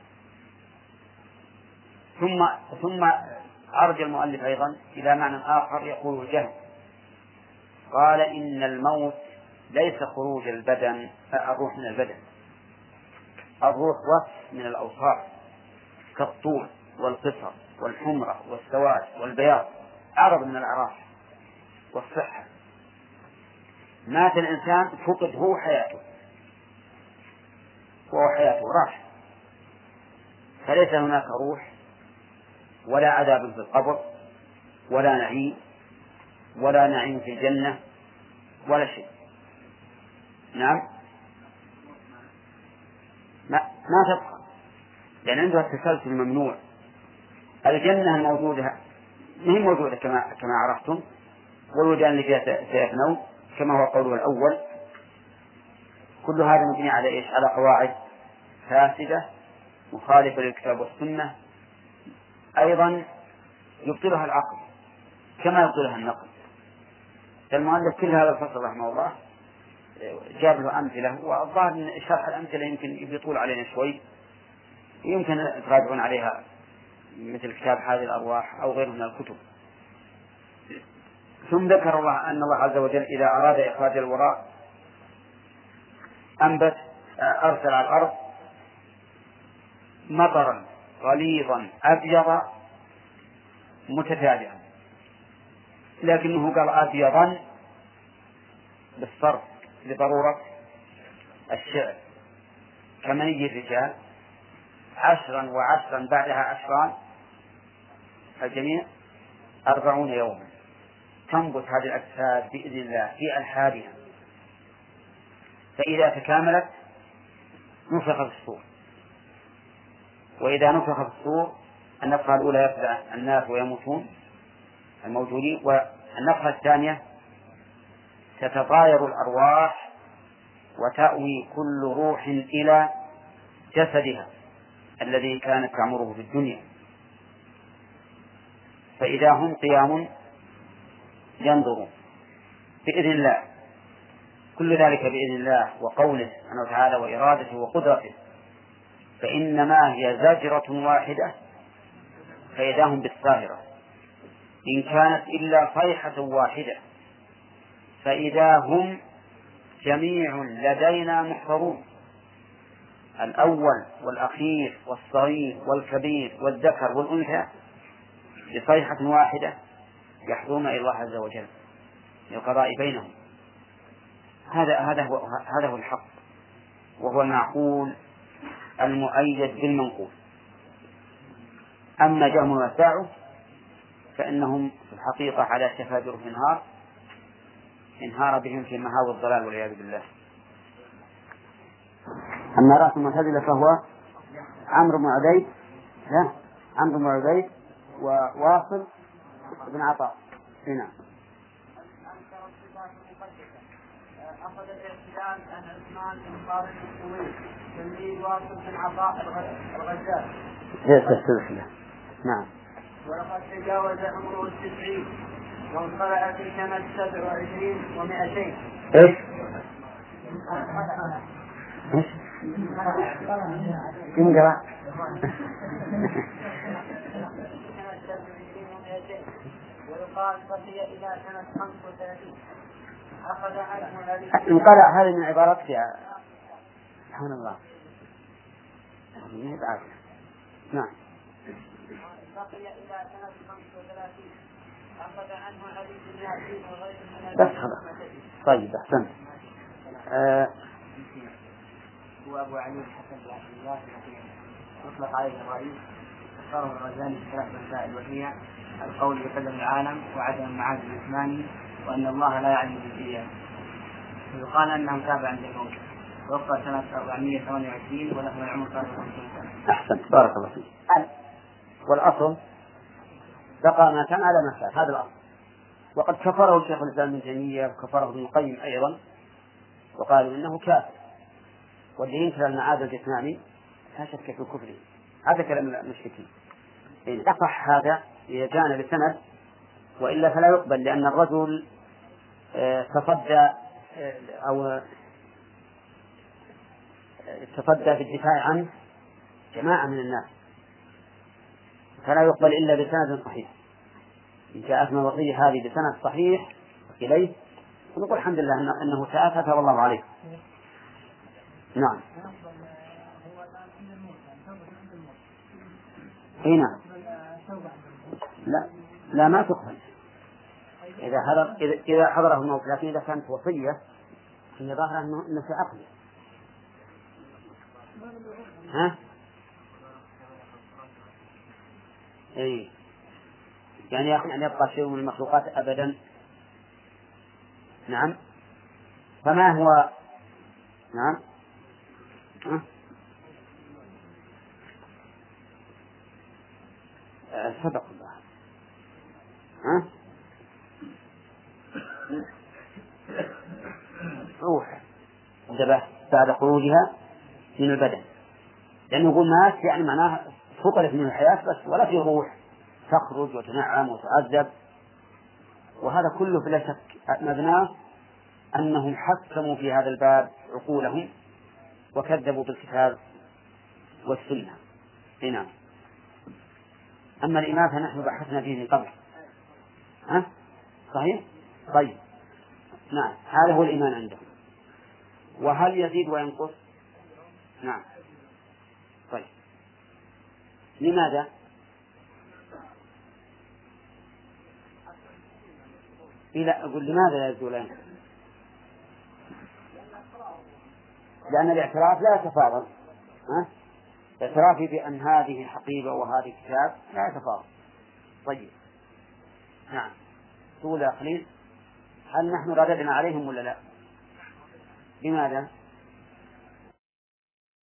Speaker 4: ثم أرجع المؤلف أيضا إلى معنى آخر يقوله الجهم، قال إن الموت ليس خروج الروح من البدن، الروح وصف من الأوصاف كالطول والقصر والحمرة والسواد والبياض، عرض من الأعراف والصحة. مات الإنسان فقد هو حياته راح، فليس هناك روح ولا عذاب في القبر ولا نعيم في الجنة ولا شيء. نعم، ما تبقى، لأن عندها التسلسل الممنوع. الجنة الموجودة ما هي موجودة كما عرفتم، والوجدان اللي فيها سيفنون كما هو قوله الأول. كل هذا مبني على إيش؟ على قواعد فاسدة مخالفة للكتاب والسنة، أيضا يبطلها العقل كما يبطلها النقل. المؤلف كل هذا الفصل رحمه الله جاب له أمثلة، والظاهر أن شرح الأمثلة يمكن يطول علينا شوي، يمكن تراجعون عليها مثل كتاب هذه الأرواح أو غيره من الكتب. ثم ذكر الله أن الله عز وجل إذا أراد إخراج الوراء أرسل على الأرض مطرا غليظا أبيض متتابعا، لكنه قال أبيضا بالصرف لضرورة الشعر، كمني الرجال 10 و10 بعدها 10 الجميع 40 يوما تنبت هذه الأجساد بإذن الله في ألحادها، فإذا تكاملت نفخ في الصور، وإذا نفخ في الصور النفخة الأولى يفزع الناس ويموتون الموجودين، والنفخة الثانية تتطاير الأرواح وتأوي كل روح إلى جسدها الذي كانت تعمره في الدنيا، فإذا هم قيام ينظرون بإذن الله، كل ذلك بإذن الله وقوله سبحانه وتعالى وإرادته وقدرته، فإنما هي زجرة واحدة فإذا هم بالساهرة، إن كانت إلا صيحة واحدة فإذا هم جميع لدينا محضرون، الأول والأخير والصغير والكبير والذكر والأنثى بصيحة واحدة يحضرون إلى الله عز وجل للقضاء بينهم. هذا هو الحق، وهو المعقول المؤيد بالمنقول. أما جهم وساعه فإنهم في الحقيقة على شفا جرف انهار بهم في مهاوي الضلال والعياذ بالله. أما رأس المعتزلة فهو عمرو بن عبيد وواصل بن عطاء. هنا
Speaker 3: أخذ الاعتدال عن عثمان بن خالد الطويل تلميذ واصل بن عطاء الغزال.
Speaker 4: نعم.
Speaker 3: ولقد تجاوز عمره 90 وانقلع في سنة 27 و200.
Speaker 4: إيش؟ انقلع.
Speaker 3: ويقال بقي إلى سنة 35. أخذ عنه علي.
Speaker 4: انقلع هذه من عبارات فيها سبحان الله. نعم.
Speaker 3: بقي إلى سنة 35. أخذ عنه علي بن ياسين وغيره من
Speaker 4: بس خلاص. طيب أحسنت.
Speaker 2: هو أبو علي الحسن بن عبد الله يطلق عليه الرئيس، اختاره الغزالي في 3 مسائل، وهي القول بقدر العالم وعدم المعاد الجسماني وأن الله لا يعلم بالديان.
Speaker 1: يقال أنهم تابع عند الموت وفى سنة 428 وله العمر 53 سنة.
Speaker 4: أحسنت، بارك الله فيك. والأصل بقى ما كان على ما كان، هذا الأصل. وقد كفره الشيخ الإسلام ابن تيمية وكفره ابن القيم أيضا، وقالوا إنه كافر، واللي ينكر المعاد الجسماني لا شك في كفره. هذا كلام المشركين. إن أصح هذا إذا كان بسند، وإلا فلا يقبل، لأن الرجل تصدى بالدفاع عنه جماعة من الناس، فلا يقبل إلا بسند صحيح. إن جاءتنا الوصية هذه بسند صحيح إليه ونقول الحمد لله أنه تاب والله عليه. نعم. هنا لا ما تقبل إذا حضره الموت، لكن إذا كانت وصية في ظاهر أنه في عقله. ها؟ إيه. يعني يا أخي أن يبقى شيء من المخلوقات أبدا. نعم. فما هو؟ نعم. صدق الله. روح انتبه بعد خروجها من البدن، لأنه يقول مات يعني معناه فقدت من الحياة بس، ولا في روح تخرج وتنعم وتعذب. وهذا كله بلا شك مبناه أنهم حكموا في هذا الباب عقولهم وكذبوا بالكتاب والسنة. هنا أما الإيمان فنحن بحثنا فيه من قبل. صحيح؟ طيب. نعم، هذا هو الإيمان عندهم. وهل يزيد وينقص؟ نعم. طيب، لماذا؟ أقول لماذا لا يزيد ولا ينقص؟ لأن الاعتراف لا يتفاضل. اعترافي بأن هذه حقيقة وهذه كتاب لا يتفاضل. طيب. نعم. تقول يا خليل هل نحن رددنا عليهم ولا لا؟ لماذا؟